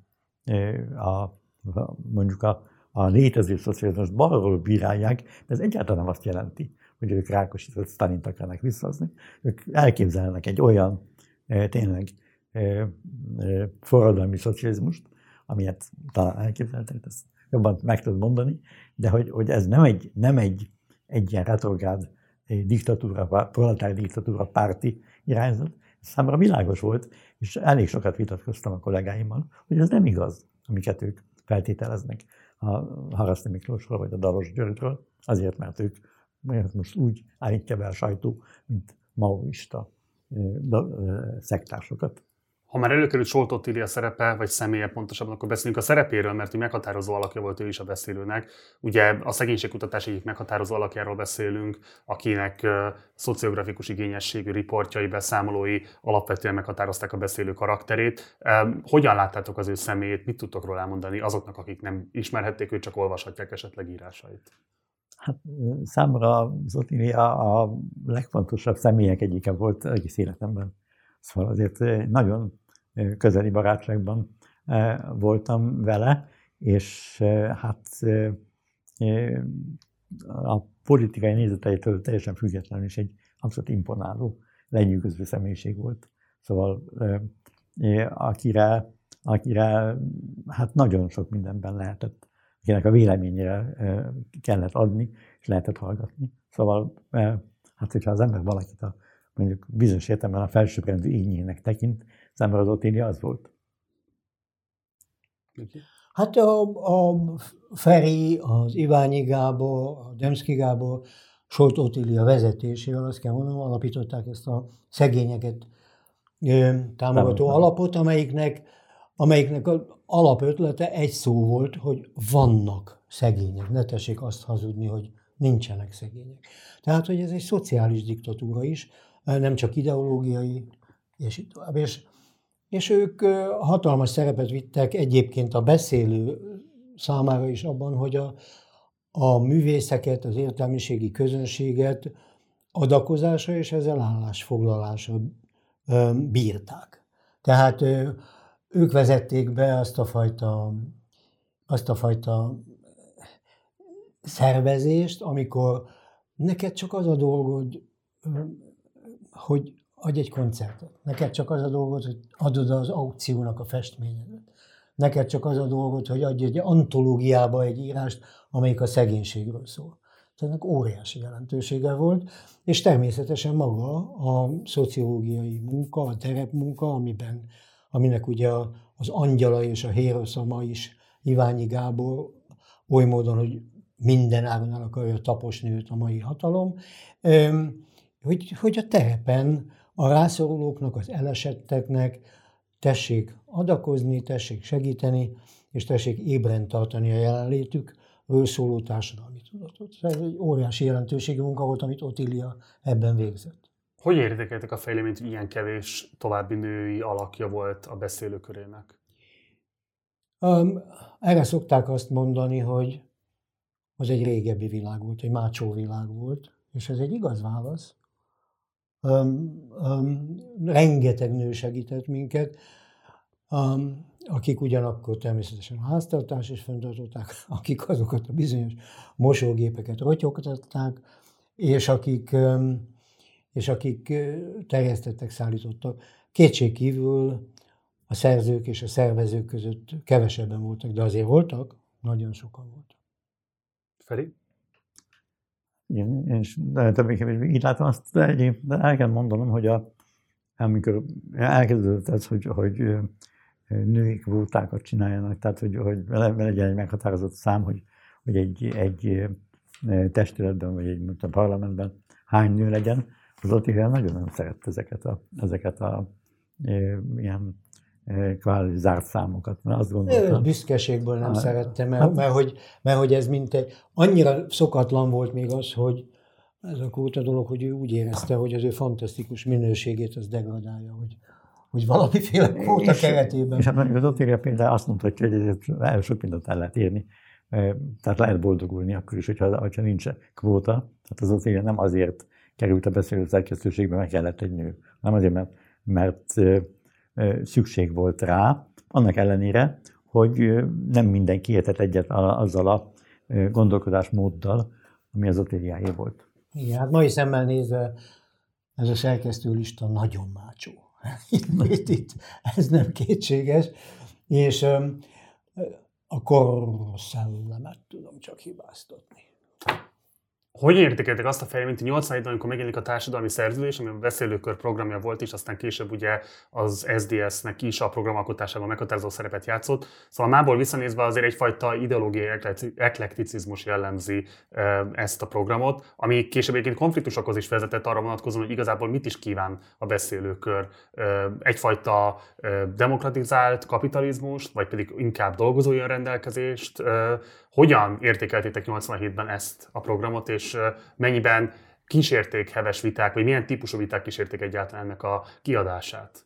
a, mondjuk a, a létező szocializmust balról bírálják, de ez egyáltalán nem azt jelenti, hogy ők Rákosit vagy Sztalint akarnak visszahozni. Ők elképzelnek egy olyan tényleg forradalmi szocializmust, amilyet talán elképzeltek, ezt jobban meg tudod mondani, de hogy, hogy ez nem egy, nem egy, egy ilyen retrográd diktatúra, proletár diktatúra párti irányzat, számomra világos volt, és elég sokat vitatkoztam a kollégáimmal, hogy ez nem igaz, amiket ők feltételeznek a Haraszti Miklósról vagy a Dalos Györgyről, azért, mert ők most úgy állítja be a sajtó, mint maoista szektársokat. Ha már előkerült Soltó Tillia szerepe, vagy személye pontosabban, akkor beszéljünk a szerepéről, mert ő meghatározó alakja volt ő is a beszélőnek. Ugye a szegénységkutatás egyik meghatározó alakjáról beszélünk, akinek uh, szociografikus igényességű riportjai, beszámolói alapvetően meghatározták a beszélő karakterét. Um, hogyan láttátok az ő személyét, mit tudtok róla elmondani azoknak, akik nem ismerhették őt, csak olvashatják esetleg írásait? Hát számomra Zotilia a legfontosabb személyek egyike volt egész életemben. Szóval azért nagyon közeli barátságban voltam vele, és hát a politikai nézeteitől teljesen függetlenül is egy abszolút imponáló, lenyűgöző személyiség volt. Szóval akire, akire hát nagyon sok mindenben lehetett, akinek a véleményére kellett adni, és lehetett hallgatni. Szóval, hát hogyha az ember valakit a, mondjuk bizonyos értelemben a felsőbbrendű ínyének tekint, az ember az Otília az volt. Hát a, a Feri, az Iványi Gábor, a Demszky Gábor, Solt Otília vezetésével, azt kell mondanom, alapították ezt a szegényeket támogató alapot, amelyiknek, amelyiknek az alapötlete egy szó volt, hogy vannak szegények. Ne tessék azt hazudni, hogy nincsenek szegények. Tehát, hogy ez egy szociális diktatúra is, nem csak ideológiai, és így tovább. És, és ők hatalmas szerepet vittek egyébként a beszélő számára is abban, hogy a, a művészeket, az értelmiségi közönséget adakozásra és ezzel állásfoglalásra bírták. Tehát ők vezették be azt a fajta, azt a fajta szervezést, amikor neked csak az a dolgod, hogy adj egy koncertet. Neked csak az a dolgod, hogy adod az aukciónak a festményedet. Neked csak az a dolgod, hogy adj egy antológiába egy írást, amelyik a szegénységről szól. Ennek óriási jelentősége volt, és természetesen maga a szociológiai munka, a terepmunka, amiben, aminek ugye az angyala és a héroszama is Iványi Gábor oly módon, hogy minden áron el akarja taposni őt a mai hatalom, hogy, hogy a terepen a rászorulóknak, az elesetteknek tessék adakozni, tessék segíteni, és tessék ébren tartani a jelenlétükről szóló társadalmi tudatot. Ez egy óriási jelentőségű munka volt, amit Otília ebben végzett. Hogy értékeltek a fejleményt, hogy ilyen kevés további női alakja volt a beszélőkörének? Um, erre szokták azt mondani, hogy az egy régebbi világ volt, egy mácsó világ volt, és ez egy igaz válasz. Um, um, rengeteg nő segített minket, um, akik ugyanakkor természetesen a háztartás is fenntartották, akik azokat a bizonyos mosógépeket rotyogtatták, és akik, um, és akik terjesztettek, szállítottak. Kétségkívül a szerzők és a szervezők között kevesebben voltak, de azért voltak, nagyon sokan voltak. Feri? Igen, és többé-kevésbé így látom azt, de egyébként el kell mondanom, hogy a, amikor elkezdődött ez, hogy, hogy női kvótákat csináljanak, tehát hogy, hogy legyen egy meghatározott szám, hogy, hogy egy, egy testületben, vagy egy a parlamentben hány nő legyen, az Otília nagyon-nagyon szerette ezeket a, ezeket a e, ilyen e, kvázi zárt számokat. Mert azt gondoltam, büszkeségből nem a, szerettem, mert, mert, hogy, mert hogy ez mint egy, annyira szokatlan volt még az, hogy ez a kvóta dolog, hogy ő úgy érezte, hogy az ő fantasztikus minőségét az degradálja, hogy, hogy valamiféle kvóta és, keretében. És hát az Otília például azt mondta, hogy ezért sok mindent el lehet érni. Tehát lehet boldogulni akkor is, hogyha, hogyha nincs kvóta. Tehát az Otília nem azért került a beszélő szerkesztőségbe, meg kellett egy nő, hanem azért, mert, mert szükség volt rá, annak ellenére, hogy nem mindenki értett egyet azzal a gondolkodásmóddal, ami az Otíliáé volt. Igen, hát mai szemmel nézve ez a szerkesztőlista nagyon mácsó. Itt, itt, ez nem kétséges, és a korszellemet tudom csak hibáztatni. Hogy értékeltek azt a fejleményt, hogy nyolcvanhétben, amikor megjelenik a társadalmi szerződés, ami a beszélőkör programja volt, és aztán később ugye az es zé dé es-nek is a programalkotásában meghatározó szerepet játszott. Szóval mából visszanézve azért egyfajta ideológiai eklekticizmus jellemzi ezt a programot, ami később egyébként konfliktusokhoz is vezetett arra vonatkozóan, hogy igazából mit is kíván a beszélőkör. Egyfajta demokratizált kapitalizmust, vagy pedig inkább dolgozói önrendelkezést. Hogyan értékeltétek nyolcvanhétben ezt a programot, és mennyiben kísérték heves viták, vagy milyen típusú viták kísérték egyáltalán ennek a kiadását?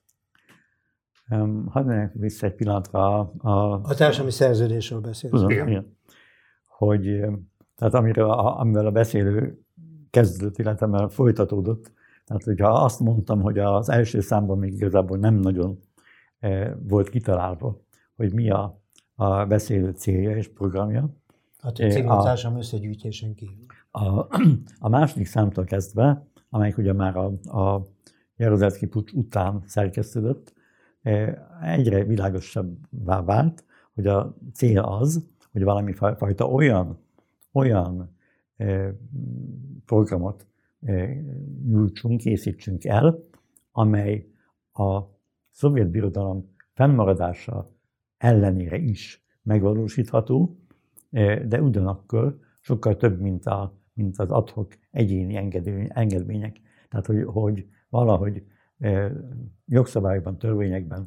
Um, hadd menjek vissza egy pillanatra. A, a, a társadalmi szerződésről beszélünk. Igen. Igen. Hogy, tehát amiről, amivel a beszélő kezdődött, illetve folytatódott. Tehát, hogyha azt mondtam, hogy az első számban még igazából nem nagyon eh, volt kitalálva, hogy mi a a beszélő célja és programja. Hát a civil társadalom összegyűjtésen kívül. A, a második számtól kezdve, amelyik ugye már a, a Jaruzelszky puccs után szerkesztődött, egyre világosabbá vált, hogy a cél az, hogy valami fajta olyan, olyan programot nyújtsunk, készítsünk el, amely a szovjet birodalom fennmaradása ellenére is megvalósítható, de ugyanakkor sokkal több, mint, a, mint az ad-hoc egyéni engedmények. Tehát, hogy, hogy valahogy jogszabályokban, törvényekben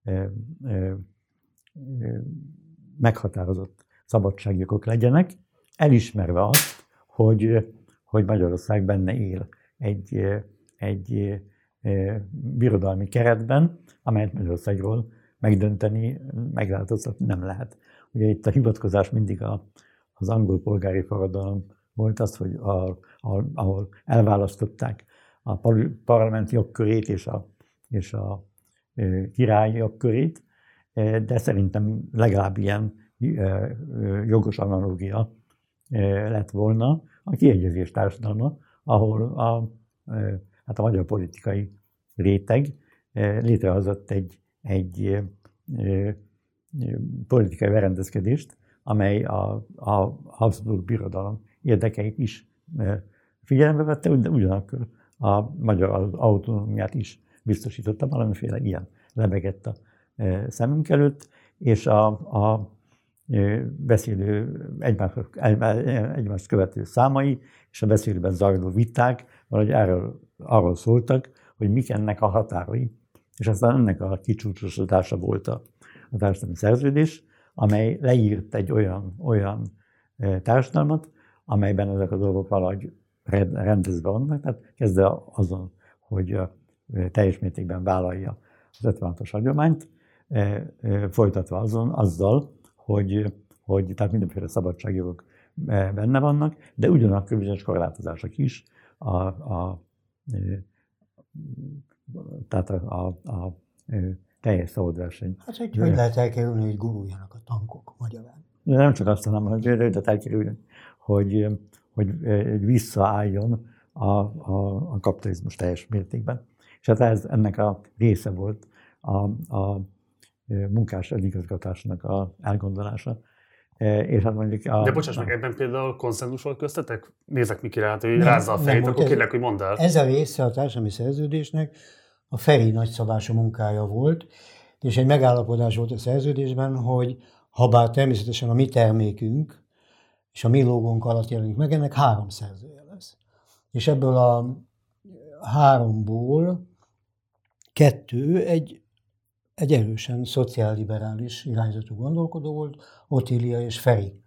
meghatározott szabadságjogok legyenek, elismerve azt, hogy, hogy Magyarország benne él egy, egy birodalmi keretben, amelyet Magyarországról megdönteni, megváltoztatni nem lehet. Ugye itt a hivatkozás mindig a, az angol polgári forradalom volt az, hogy a, a, ahol elválasztották a parlamenti jogkörét és a, és a király jogkörét, de szerintem legalább ilyen jogos analógia lett volna a kiegyezés társadalma, ahol a, hát a magyar politikai réteg létrehozott egy, egy politikai berendezkedést, amely a, a Habsburg birodalom érdekeit is figyelembe vette, de ugyanakkor a magyar autonómiát is biztosította, valamiféle ilyen lebegett a szemünk előtt, és a, a beszélő, egymást, egymást követő számai és a beszélőben zajló viták valahogy arról, arról szóltak, hogy mik ennek a határai. És aztán ennek a kicsúcsosodása volt a, a társadalmi szerződés, amely leírt egy olyan, olyan társadalmat, amelyben ezek a dolgok valahogy rendezve vannak, tehát kezdve azon, hogy teljes mértékben vállalja az ötvenhatos hagyományt, folytatva azon, azzal, hogy, hogy tehát mindenféle szabadságjogok benne vannak, de ugyanakkor bizonyos korlátozások is, a, a, tehát a, a, a teljes szabad verseny. Hát, hogy hogy lehet elkerülni, hogy guruljanak a tankok magyarán? De nem csak azt, hanem, hogy lehet elkerülni, hogy, hogy visszaálljon a, a, a kapitalizmus teljes mértékben. És hát ez, ennek a része volt a, a munkás igazgatásnak az elgondolása. És hát mondjuk a, De bocsáss meg, ebben például konszenzus volt köztetek? Nézek Mikire, hát, hogy rázza a fejét, akkor kérlek, hogy mondd el. Ez a része a társadalmi szerződésnek a Feri nagyszabású munkája volt, és egy megállapodás volt a szerződésben, hogy habár természetesen a mi termékünk és a mi logónk alatt jelenik meg, ennek három szerzője lesz. És ebből a háromból kettő egy egy erősen szociálliberális irányzatú gondolkodó volt, Otília és Feri.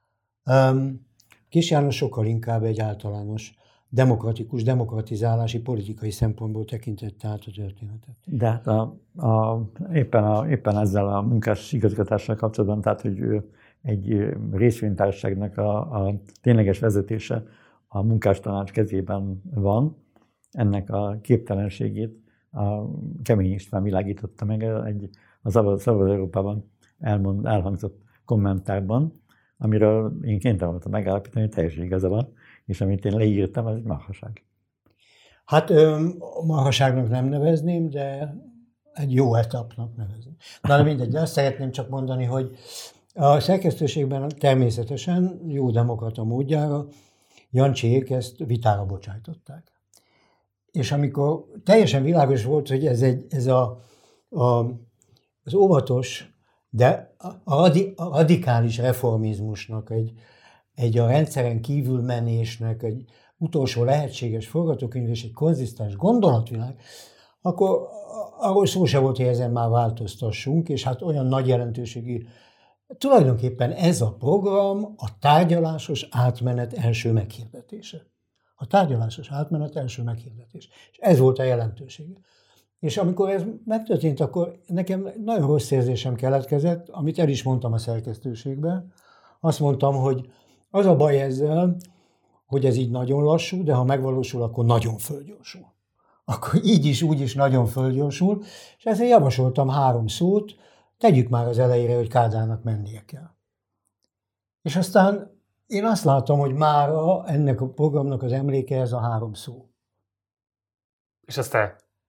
Kis János sokkal inkább egy általános demokratikus, demokratizálási politikai szempontból tekintette át a történetet. De hát a, a, éppen, a, éppen ezzel a munkás igazgatással kapcsolatban, tehát hogy egy részvénytársaságnak a, a tényleges vezetése a munkástanács kezében van, ennek a képtelenségét a Kemény István világította meg egy, a Szabad, Szabad Európában elmond, elhangzott kommentárban, amiről én kénytelen voltam megállapítani, hogy teljesen igaza van, és amit én leírtam, az egy marhaság. Hát ö, marhaságnak nem nevezném, de egy jó etapnak nevezném. Na de mindegy, de azt szeretném csak mondani, hogy a szerkesztőségben természetesen jó demokrata módjára Jancsiék ezt vitára bocsájtották. És amikor teljesen világos volt, hogy ez, egy, ez a, a, az óvatos, de a, radi, a radikális reformizmusnak, egy, egy a rendszeren kívülmenésnek, egy utolsó lehetséges forgatókönyv és egy konzisztens gondolatvilág, akkor arról szó se volt, hogy ezen már változtassunk, és hát olyan nagy jelentőségű. Tulajdonképpen ez a program a tárgyalásos átmenet első meghirdetése. A tárgyalásos átmenet első meghirdetés. És ez volt a jelentősége. És amikor ez megtörtént, akkor nekem nagyon rossz érzésem keletkezett, amit el is mondtam a szerkesztőségben. Azt mondtam, hogy az a baj ezzel, hogy ez így nagyon lassú, de ha megvalósul, akkor nagyon fölgyorsul. Akkor így is, úgy is nagyon fölgyorsul. És ezért javasoltam három szót, tegyük már az elejére, hogy Kádárnak mennie kell. És aztán én azt látom, hogy mára ennek a programnak az emléke ez a három szó. És ezt te?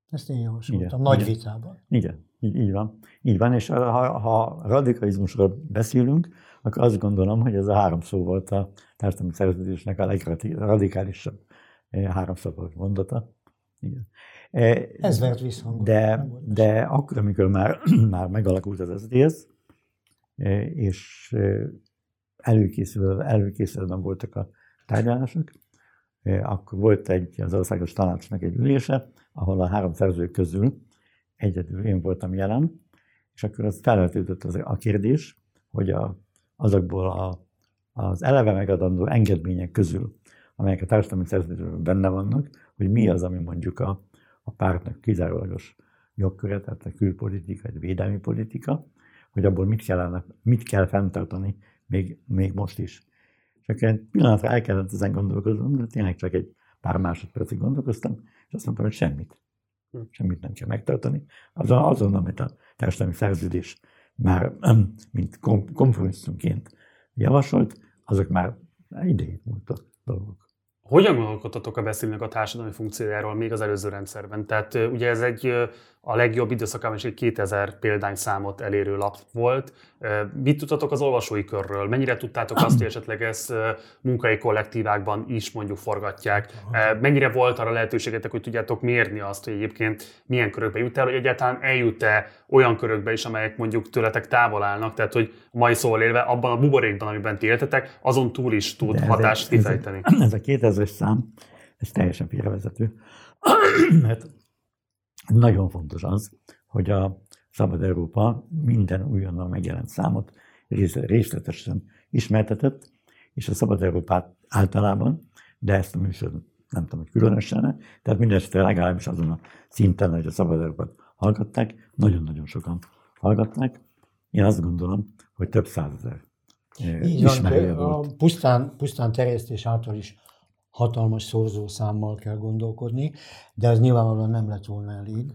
Ezt én javasoltam, nagy igen. vitában. Igen, így, így van. Így van, és ha, ha radikalizmusról beszélünk, akkor azt gondolom, hogy ez a három szó volt a társadalmi szerződésnek a legradikálisabb három szabad mondata. Igen. Ez vert visszhangot. De, de akkor, amikor már, már megalakult az es zé dé es, és előkészülve, előkészülve voltak a tárgyalások, akkor volt egy, az országos tanácsnak egy ülése, ahol a három szerző közül egyedül én voltam jelen, és akkor az felvetődött az a kérdés, hogy a, azokból a, az eleve megadandó engedmények közül, amelyek a társadalmi szerződésben benne vannak, hogy mi az, ami mondjuk a, a pártnak kizárólagos jogköre, tehát a külpolitika, vagy védelmi politika, hogy abból mit, kellene, mit kell fenntartani még, még most is. Csak egy pillanatra el kellett ezen gondolkoznom, de tényleg csak egy pár másodpercig gondolkoztam, és azt mondtam, hogy semmit. Semmit nem kell megtartani. Azon, azon amit a társadalmi szerződés már mint kompromisszumként javasolt, azok már idejét múltak dolgok. Hogyan gondolkodtatok a beszélnek a társadalmi funkciójáról még az előző rendszerben? Tehát ugye ez egy a legjobb időszakában is egy kétezer példányszámot elérő lap volt. Mit tudtatok az olvasói körről? Mennyire tudtátok azt, hogy esetleg ezt munkai kollektívákban is mondjuk forgatják? Mennyire volt arra lehetőségetek, hogy tudjátok mérni azt, hogy egyébként milyen körökbe jut el, hogy egyáltalán eljut-e olyan körökbe is, amelyek mondjuk tőletek távol állnak? Tehát, hogy mai szóval élve abban a buborékban, amiben ti éltetek, azon túl is tud ez hatást egy, kifejteni. Ez, ez a kétezres szám, ez teljesen félrevezető. Mert nagyon fontos az, hogy a Szabad Európa minden újonnan megjelent számot részletesen ismertetett, és a Szabad Európát általában, de ezt a műsor nem tudom, hogy különösen, tehát mindesetre legalábbis azon a szinten, hogy a Szabad Európát hallgatták, nagyon-nagyon sokan hallgatták. Én azt gondolom, hogy több százezer ismerője volt. A pusztán, pusztán terjesztés által is hatalmas szorzószámmal kell gondolkodni, de ez nyilvánvalóan nem lett volna elég.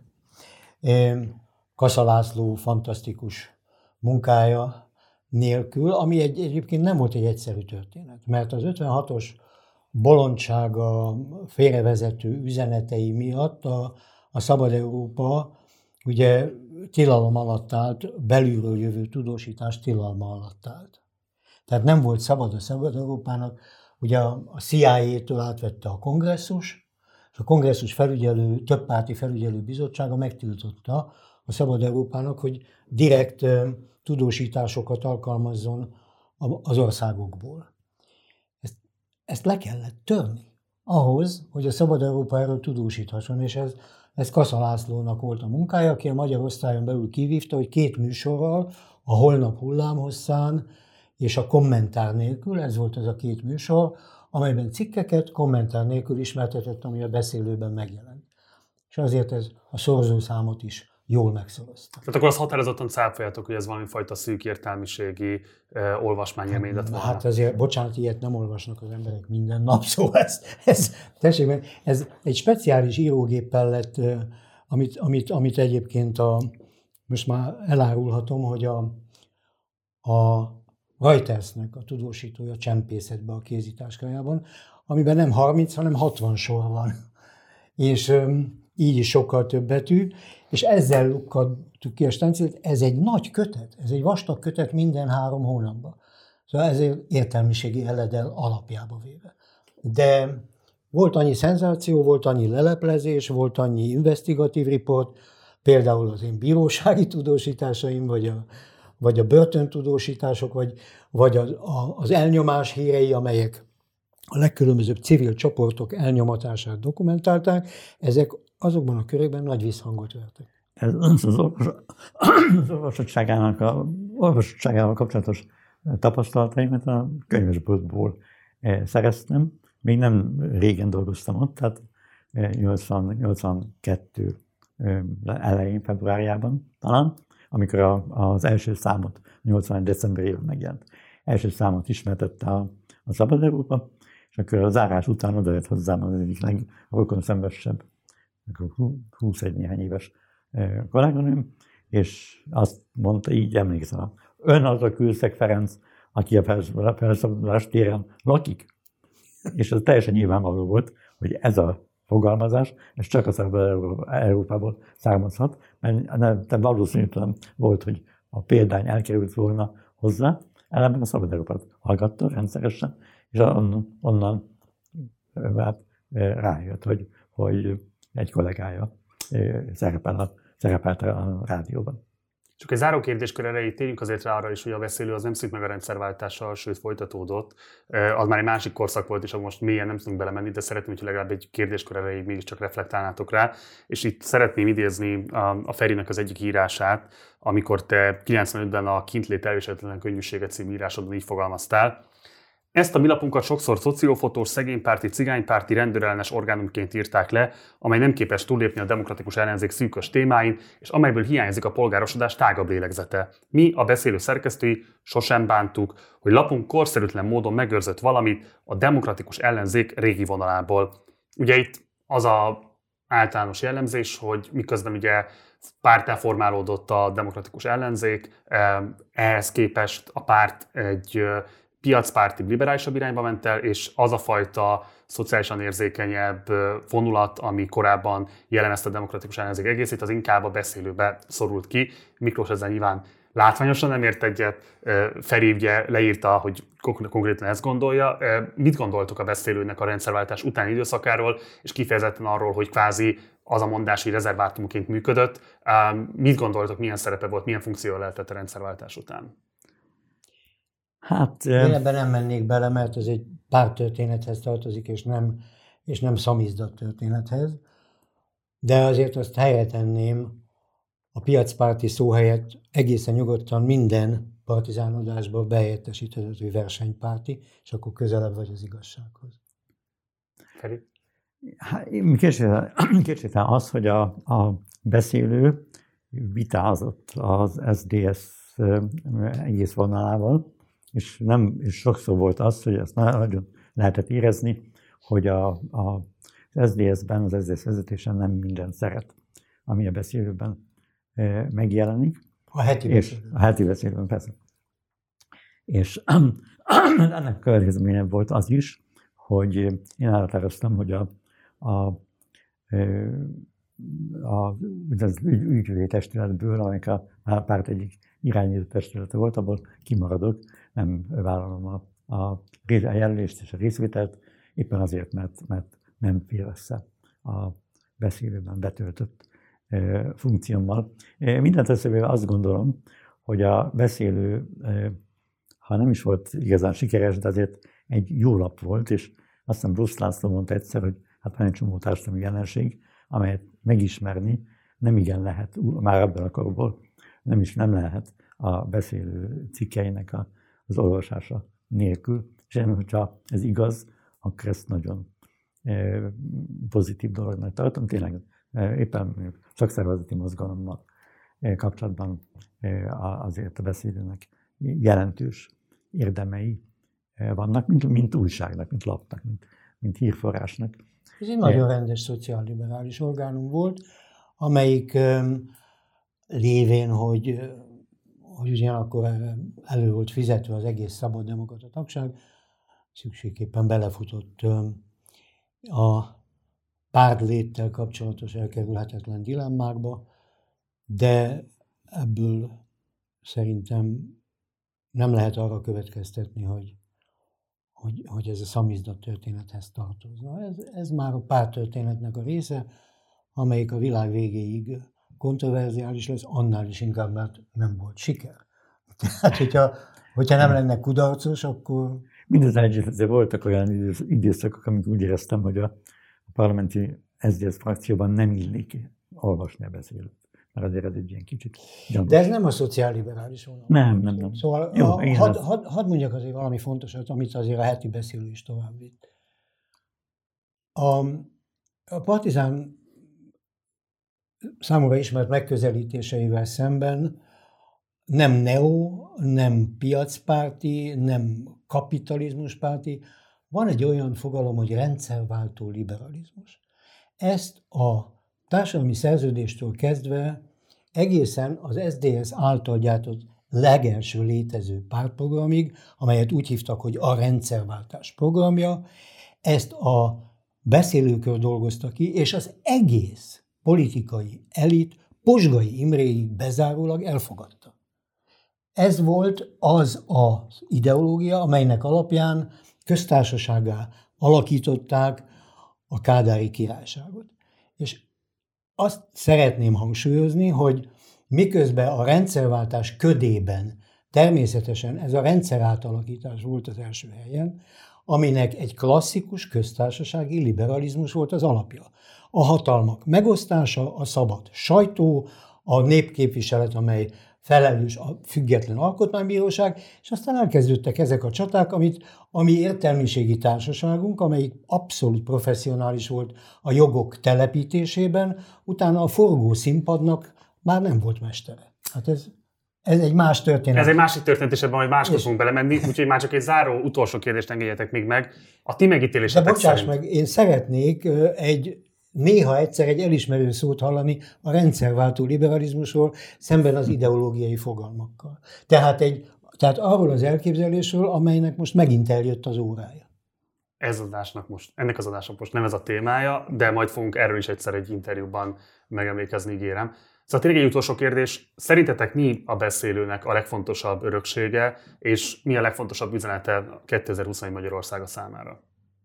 Kassa László fantasztikus munkája nélkül, ami egy, egyébként nem volt egy egyszerű történet, mert az ötvenhatos bolondsága, félrevezető üzenetei miatt a, a Szabad Európa ugye tilalom alatt állt, belülről jövő tudósítás tilalma alatt állt. Tehát nem volt szabad a Szabad Európának. Ugye a C I A-től átvette a kongresszus, és a kongresszus felügyelő, többpárti felügyelő bizottsága megtiltotta a Szabad Európának, hogy direkt tudósításokat alkalmazzon az országokból. Ezt, ezt le kellett törni ahhoz, hogy a Szabad Európa erről tudósíthasson, és ez, ez Kassa Lászlónak volt a munkája, aki a magyar osztályon belül kivívta, hogy két műsorral, a Holnap hullámhosszán és a Kommentár nélkül, ez volt az a két műsor, amelyben cikkeket kommentár nélkül ismertetett, ami a Beszélőben megjelent. És azért ez a szorzószámot is jól megszorozta. Tehát akkor azt határozottan cáfoljátok, hogy ez valami fajta szűk értelmiségi eh, olvasmányélmény lett volna. Hát azért, bocsánat, ilyet nem olvasnak az emberek minden nap, szóval ez, ez, tessék, ez egy speciális írógéppel lett, amit, amit, amit egyébként a, most már elárulhatom, hogy a, a Reutersnek a tudósítója csempészett be a kézitáskájában, amiben nem harminc, hanem hatvan sor van. És um, így is sokkal több betű, és ezzel lukkadtuk ki a stencilt. Ez egy nagy kötet, ez egy vastag kötet minden három hónapban. Szóval ezért értelmiségi eledel alapjába véve. De volt annyi szenzáció, volt annyi leleplezés, volt annyi investigatív riport, például az én bírósági tudósításaim, vagy a vagy a börtöntudósítások, vagy, vagy az, a, az elnyomás hírei, amelyek a legkülönbözőbb civil csoportok elnyomatását dokumentálták, ezek azokban a körökben nagy visszhangot vertek. Ez az olvasottságának a olvasottságával kapcsolatos tapasztalataimat a könyvesboltból szereztem. Még nem régen dolgoztam ott, tehát nyolcvankettő elején, februárjában talán, amikor a, az első számot, nyolcvanegy decemberében megjelent, első számot ismertette a, a Szabad Európa, és akkor a zárás után odajött hozzám az egyik legrokonszenvesebb, húszegy néhány éves kolléganőm, és azt mondta, így emlékszem, ön az a Kőszeg Ferenc, aki a felszabadulás téren lakik? És ez teljesen nyilvánvaló volt, hogy ez a fogalmazás, és csak az Európából származhat, mert valószínűtlen volt, hogy a példány elkerült volna hozzá, ellenben a Szabad Európát hallgatta rendszeresen, és onnan, onnan hát, rájött, hogy, hogy egy kollégája szerepel a, szerepelt a rádióban. Csak egy záró kérdéskör erejéig térjünk azért rá arra is, hogy a beszélő az nem szűk meg a rendszerváltással, sőt folytatódott. Az már egy másik korszak volt, és most mélyen nem tudunk belemenni, de szeretném, hogy legalább egy kérdéskör erejéig mégiscsak reflektálnátok rá. És itt szeretném idézni a, a Ferinek az egyik írását, amikor te kilencvenötben a Kintlét elviselhetetlen könnyűsége című írásodban így fogalmaztál. Ezt a mi lapunkat sokszor szociofotós, szegénypárti, cigánypárti, rendőrellenes orgánumként írták le, amely nem képes túllépni a demokratikus ellenzék szűkös témáin, és amelyből hiányzik a polgárosodás tágabb lélegzete. Mi, a beszélő szerkesztői, sosem bántuk, hogy lapunk korszerűtlen módon megőrzött valamit a demokratikus ellenzék régi vonalából. Ugye itt az a általános jellemzés, hogy miközben ugye párttá formálódott a demokratikus ellenzék, ehhez képest a párt egy piacpárti, liberálisabb irányba ment el, és az a fajta szociálisan érzékenyebb vonulat, ami korábban jellemezte a demokratikus ellenzék egészét, az inkább a beszélőbe szorult ki. Miklós ezzel nyilván látványosan nem ért egyet, Feri ugye leírta, hogy konkrétan ezt gondolja. Mit gondoltok a beszélőnek a rendszerváltás utáni időszakáról, és kifejezetten arról, hogy kvázi az a mondás, hogy rezervátumként működött. Mit gondoltok, milyen szerepe volt, milyen funkció lehetett a rendszerváltás után? Hát, én ebben nem mennék bele, mert ez egy párttörténethez tartozik, és nem, és nem szamizdat történethez. De azért azt helyre tenném, a piacpárti szó helyett egészen nyugodtan minden partizánodásban behelyettesíthető, hogy versenypárti, és akkor közelebb vagy az igazsághoz. Feri? Hát, kétségtelen az, hogy a, a beszélő vitázott az es zé es egész vonalával, és, nem, és sokszor volt az, hogy ezt nagyon lehetett érezni, hogy a, a, az es zé es-ben, az es zé es vezetésen nem minden szeret, ami a beszélőben e, megjelenik. A heti beszélőben. A heti beszélőben, persze. És ennek következménye volt az is, hogy én elhatároztam, hogy a, a, a, az ügy, ügyvédi testületből, amelyik a párt egyik irányító testülete volt, abból kimaradok, nem vállalom a, a jelölést és a részvételt, éppen azért, mert, mert nem fér össze a beszélőben betöltött e, funkciómmal. E, mindent összevéve azt gondolom, hogy a beszélő, e, ha nem is volt igazán sikeres, de azért egy jó lap volt, és azt hiszem Bruce László mondta egyszer, hogy hát van egy csomó társadalmi jelenség, amelyet megismerni nem igen lehet, már abban a korból nem is nem lehet a beszélő cikkeinek a, az olvasása nélkül. És én, hogyha ez igaz, akkor ezt nagyon e, pozitív dolognak tartom. Tényleg e, éppen szakszervezeti mozgalommal e, kapcsolatban e, azért a beszélőnek jelentős érdemei e, vannak, mint, mint újságnak, mint lapnak, mint, mint hírforrásnak. Ez egy nagyon rendes szociálliberális orgánum volt, amelyik um, lévén, hogy, hogy ugyanakkor elő volt fizetve az egész szabaddemokrata tagság, szükségképpen belefutott um, a pártléttel kapcsolatos elkerülhetetlen dilemmákba, de ebből szerintem nem lehet arra következtetni, hogy Hogy, hogy ez a szamizdat történethez tartozna. Ez, ez már a párttörténetnek a része, amelyik a világ végéig kontroverziális lesz, annál is inkább, mert nem volt siker. Tehát, hogyha, hogyha nem lenne kudarcos, akkor... Mindezzel együtt azért voltak olyan időszakok, amikor úgy éreztem, hogy a, a parlamenti es zé es frakcióban nem illik olvasni a beszélőt. Mert azért ez egy ilyen kicsit gyanús. De ez nem a szociálliberális vonal. Nem, nem, nem. Szóval Jó, a, hadd had, had mondjak azért valami fontosat, amit azért a heti beszélő is tovább vitt. A, a Partizán számomra ismert megközelítéseivel szemben nem neo, nem piacpárti, nem kapitalizmuspárti, van egy olyan fogalom, hogy rendszerváltó liberalizmus. Ezt a társadalmi szerződéstől kezdve egészen az es zé es által gyártott legelső létező pártprogramig, amelyet úgy hívtak, hogy a rendszerváltás programja, ezt a beszélőkör dolgozta ki, és az egész politikai elit Posgai Imréig bezárólag elfogadta. Ez volt az az ideológia, amelynek alapján köztársasággá alakították a kádári királyságot. És azt szeretném hangsúlyozni, hogy miközben a rendszerváltás ködében természetesen ez a rendszerátalakítás volt az első helyen, aminek egy klasszikus köztársasági liberalizmus volt az alapja. A hatalmak megosztása, a szabad sajtó, a népképviselet, amely felelős a független alkotmánybíróság, és aztán elkezdődtek ezek a csaták, amit a mi értelmiségi társaságunk, amelyik abszolút professzionális volt a jogok telepítésében, utána a forgó színpadnak már nem volt mestere. Hát ez, ez egy más történet. Ez egy másik történet, és ebben majd máskor fogunk belemenni, úgyhogy már csak egy záró utolsó kérdést engedjetek még meg. A ti megítélésetek De bocsáss szerint... meg, én szeretnék egy néha egyszer egy elismerő szót hallani a rendszerváltó liberalizmusról szemben az ideológiai fogalmakkal. Tehát, egy, tehát arról az elképzelésről, amelynek most megint eljött az órája. Ez az adásnak most, ennek az adásnak most nem ez a témája, de majd fogunk erről is egyszer egy interjúban megemlékezni, ígérem. Szóval tényleg egy utolsó kérdés, szerintetek mi a beszélőnek a legfontosabb öröksége, és mi a legfontosabb üzenete kétezer-huszonegy Magyarországa számára?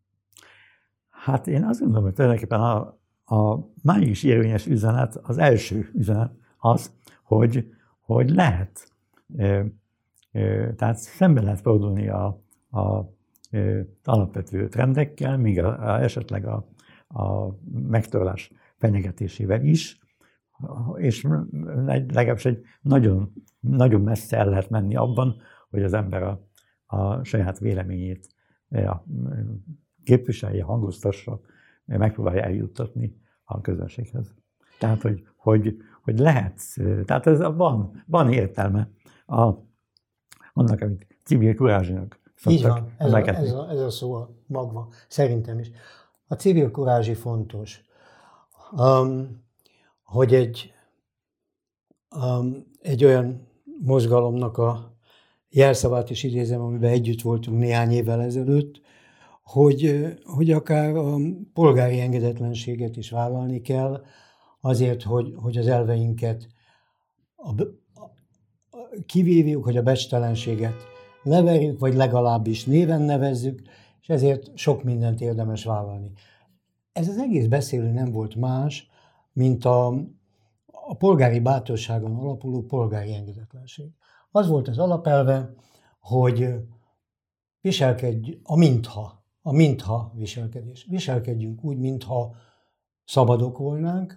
Hát én azt gondolom, hogy tulajdonképpen a, a máig is érvényes üzenet, az első üzenet az, hogy, hogy lehet, e, e, tehát szembe lehet fordulni a, a e, alapvető trendekkel, míg a, a, esetleg a, a megtorlás fenyegetésével is, és legalábbis egy nagyon, nagyon messze el lehet menni abban, hogy az ember a, a saját véleményét a, képviselje, hangoztassa, megpróbálja eljuttatni a közönséghez. Tehát, hogy, hogy, hogy lehet, tehát ez van, van értelme a, annak, amit civil kurázsinak szoktak. Így van, ez a, ez, a, ez a szó a magva, szerintem is. A civil kurázsi fontos, um, hogy egy, um, egy olyan mozgalomnak a jelszavát is idézem, amiben együtt voltunk néhány évvel ezelőtt, hogy, hogy akár a polgári engedetlenséget is vállalni kell, azért, hogy, hogy az elveinket a, a, kivívjuk, hogy a becstelenséget leverjük, vagy legalábbis néven nevezzük, és ezért sok mindent érdemes vállalni. Ez az egész beszélő nem volt más, mint a, a polgári bátorságon alapuló polgári engedetlenség. Az volt az alapelve, hogy viselkedj a mintha, a mintha viselkedés. Viselkedjünk úgy, mintha szabadok volnánk,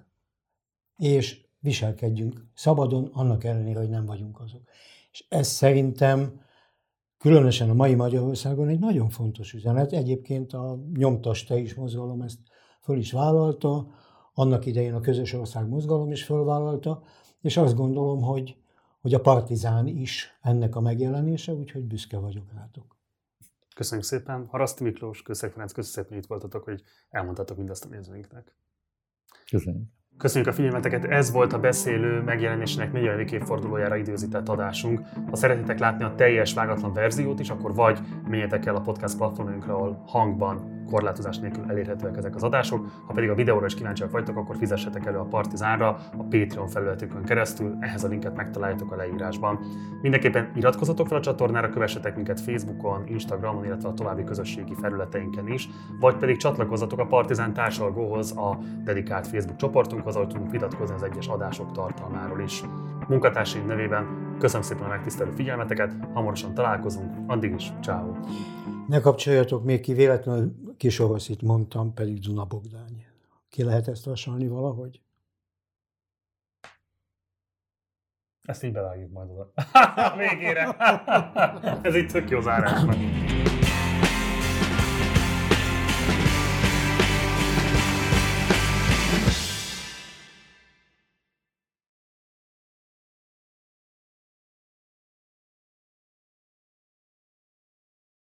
és viselkedjünk szabadon, annak ellenére, hogy nem vagyunk azok. És ez szerintem különösen a mai Magyarországon egy nagyon fontos üzenet. Egyébként a Nyomtass te is mozgalom ezt föl is vállalta, annak idején a Közös Ország mozgalom is fölvállalta, és azt gondolom, hogy, hogy a Partizán is ennek a megjelenése, úgyhogy büszke vagyok rátok. Köszönjük szépen. Haraszti Miklós, Kőszeg Ferenc, köszönjük szépen, hogy itt voltatok, hogy elmondtatok mindazt a nézőinknek. Köszönjük. Köszönjük a figyelmeteket, ez volt a Beszélő megjelenésének negyvenedik évfordulójára időzített adásunk. Ha szeretitek látni a teljes vágatlan verziót is, akkor vagy menjetek el a podcast platformunkra, ahol hangban korlátozás nélkül elérhetőek ezek az adások, ha pedig a videóra is kíváncsiak vagytok, akkor fizessetek elő a Partizánra a Patreon felületükön keresztül, ehhez a linket megtaláljátok a leírásban. Mindenképpen iratkozzatok fel a csatornára, kövessetek minket Facebookon, Instagramon, illetve a további közösségi felületeinken is, vagy pedig csatlakozzatok a Partizán társalgóhoz, a dedikált Facebook csoportunkhoz, ahol tudunk vitatkozni az egyes adások tartalmáról is. Munkatársaim nevében köszönöm szépen a megtisztelő figyelmeteket, hamarosan találkozunk, addig is, ciao. Ne kapcsoljatok még ki, véletlenül Kis Oroszit mondtam, pedig Duna Bogdány. Ki lehet ezt vasalni valahogy? Ezt így bevágjuk majd oda. A végére. Ez egy tök jó zárás.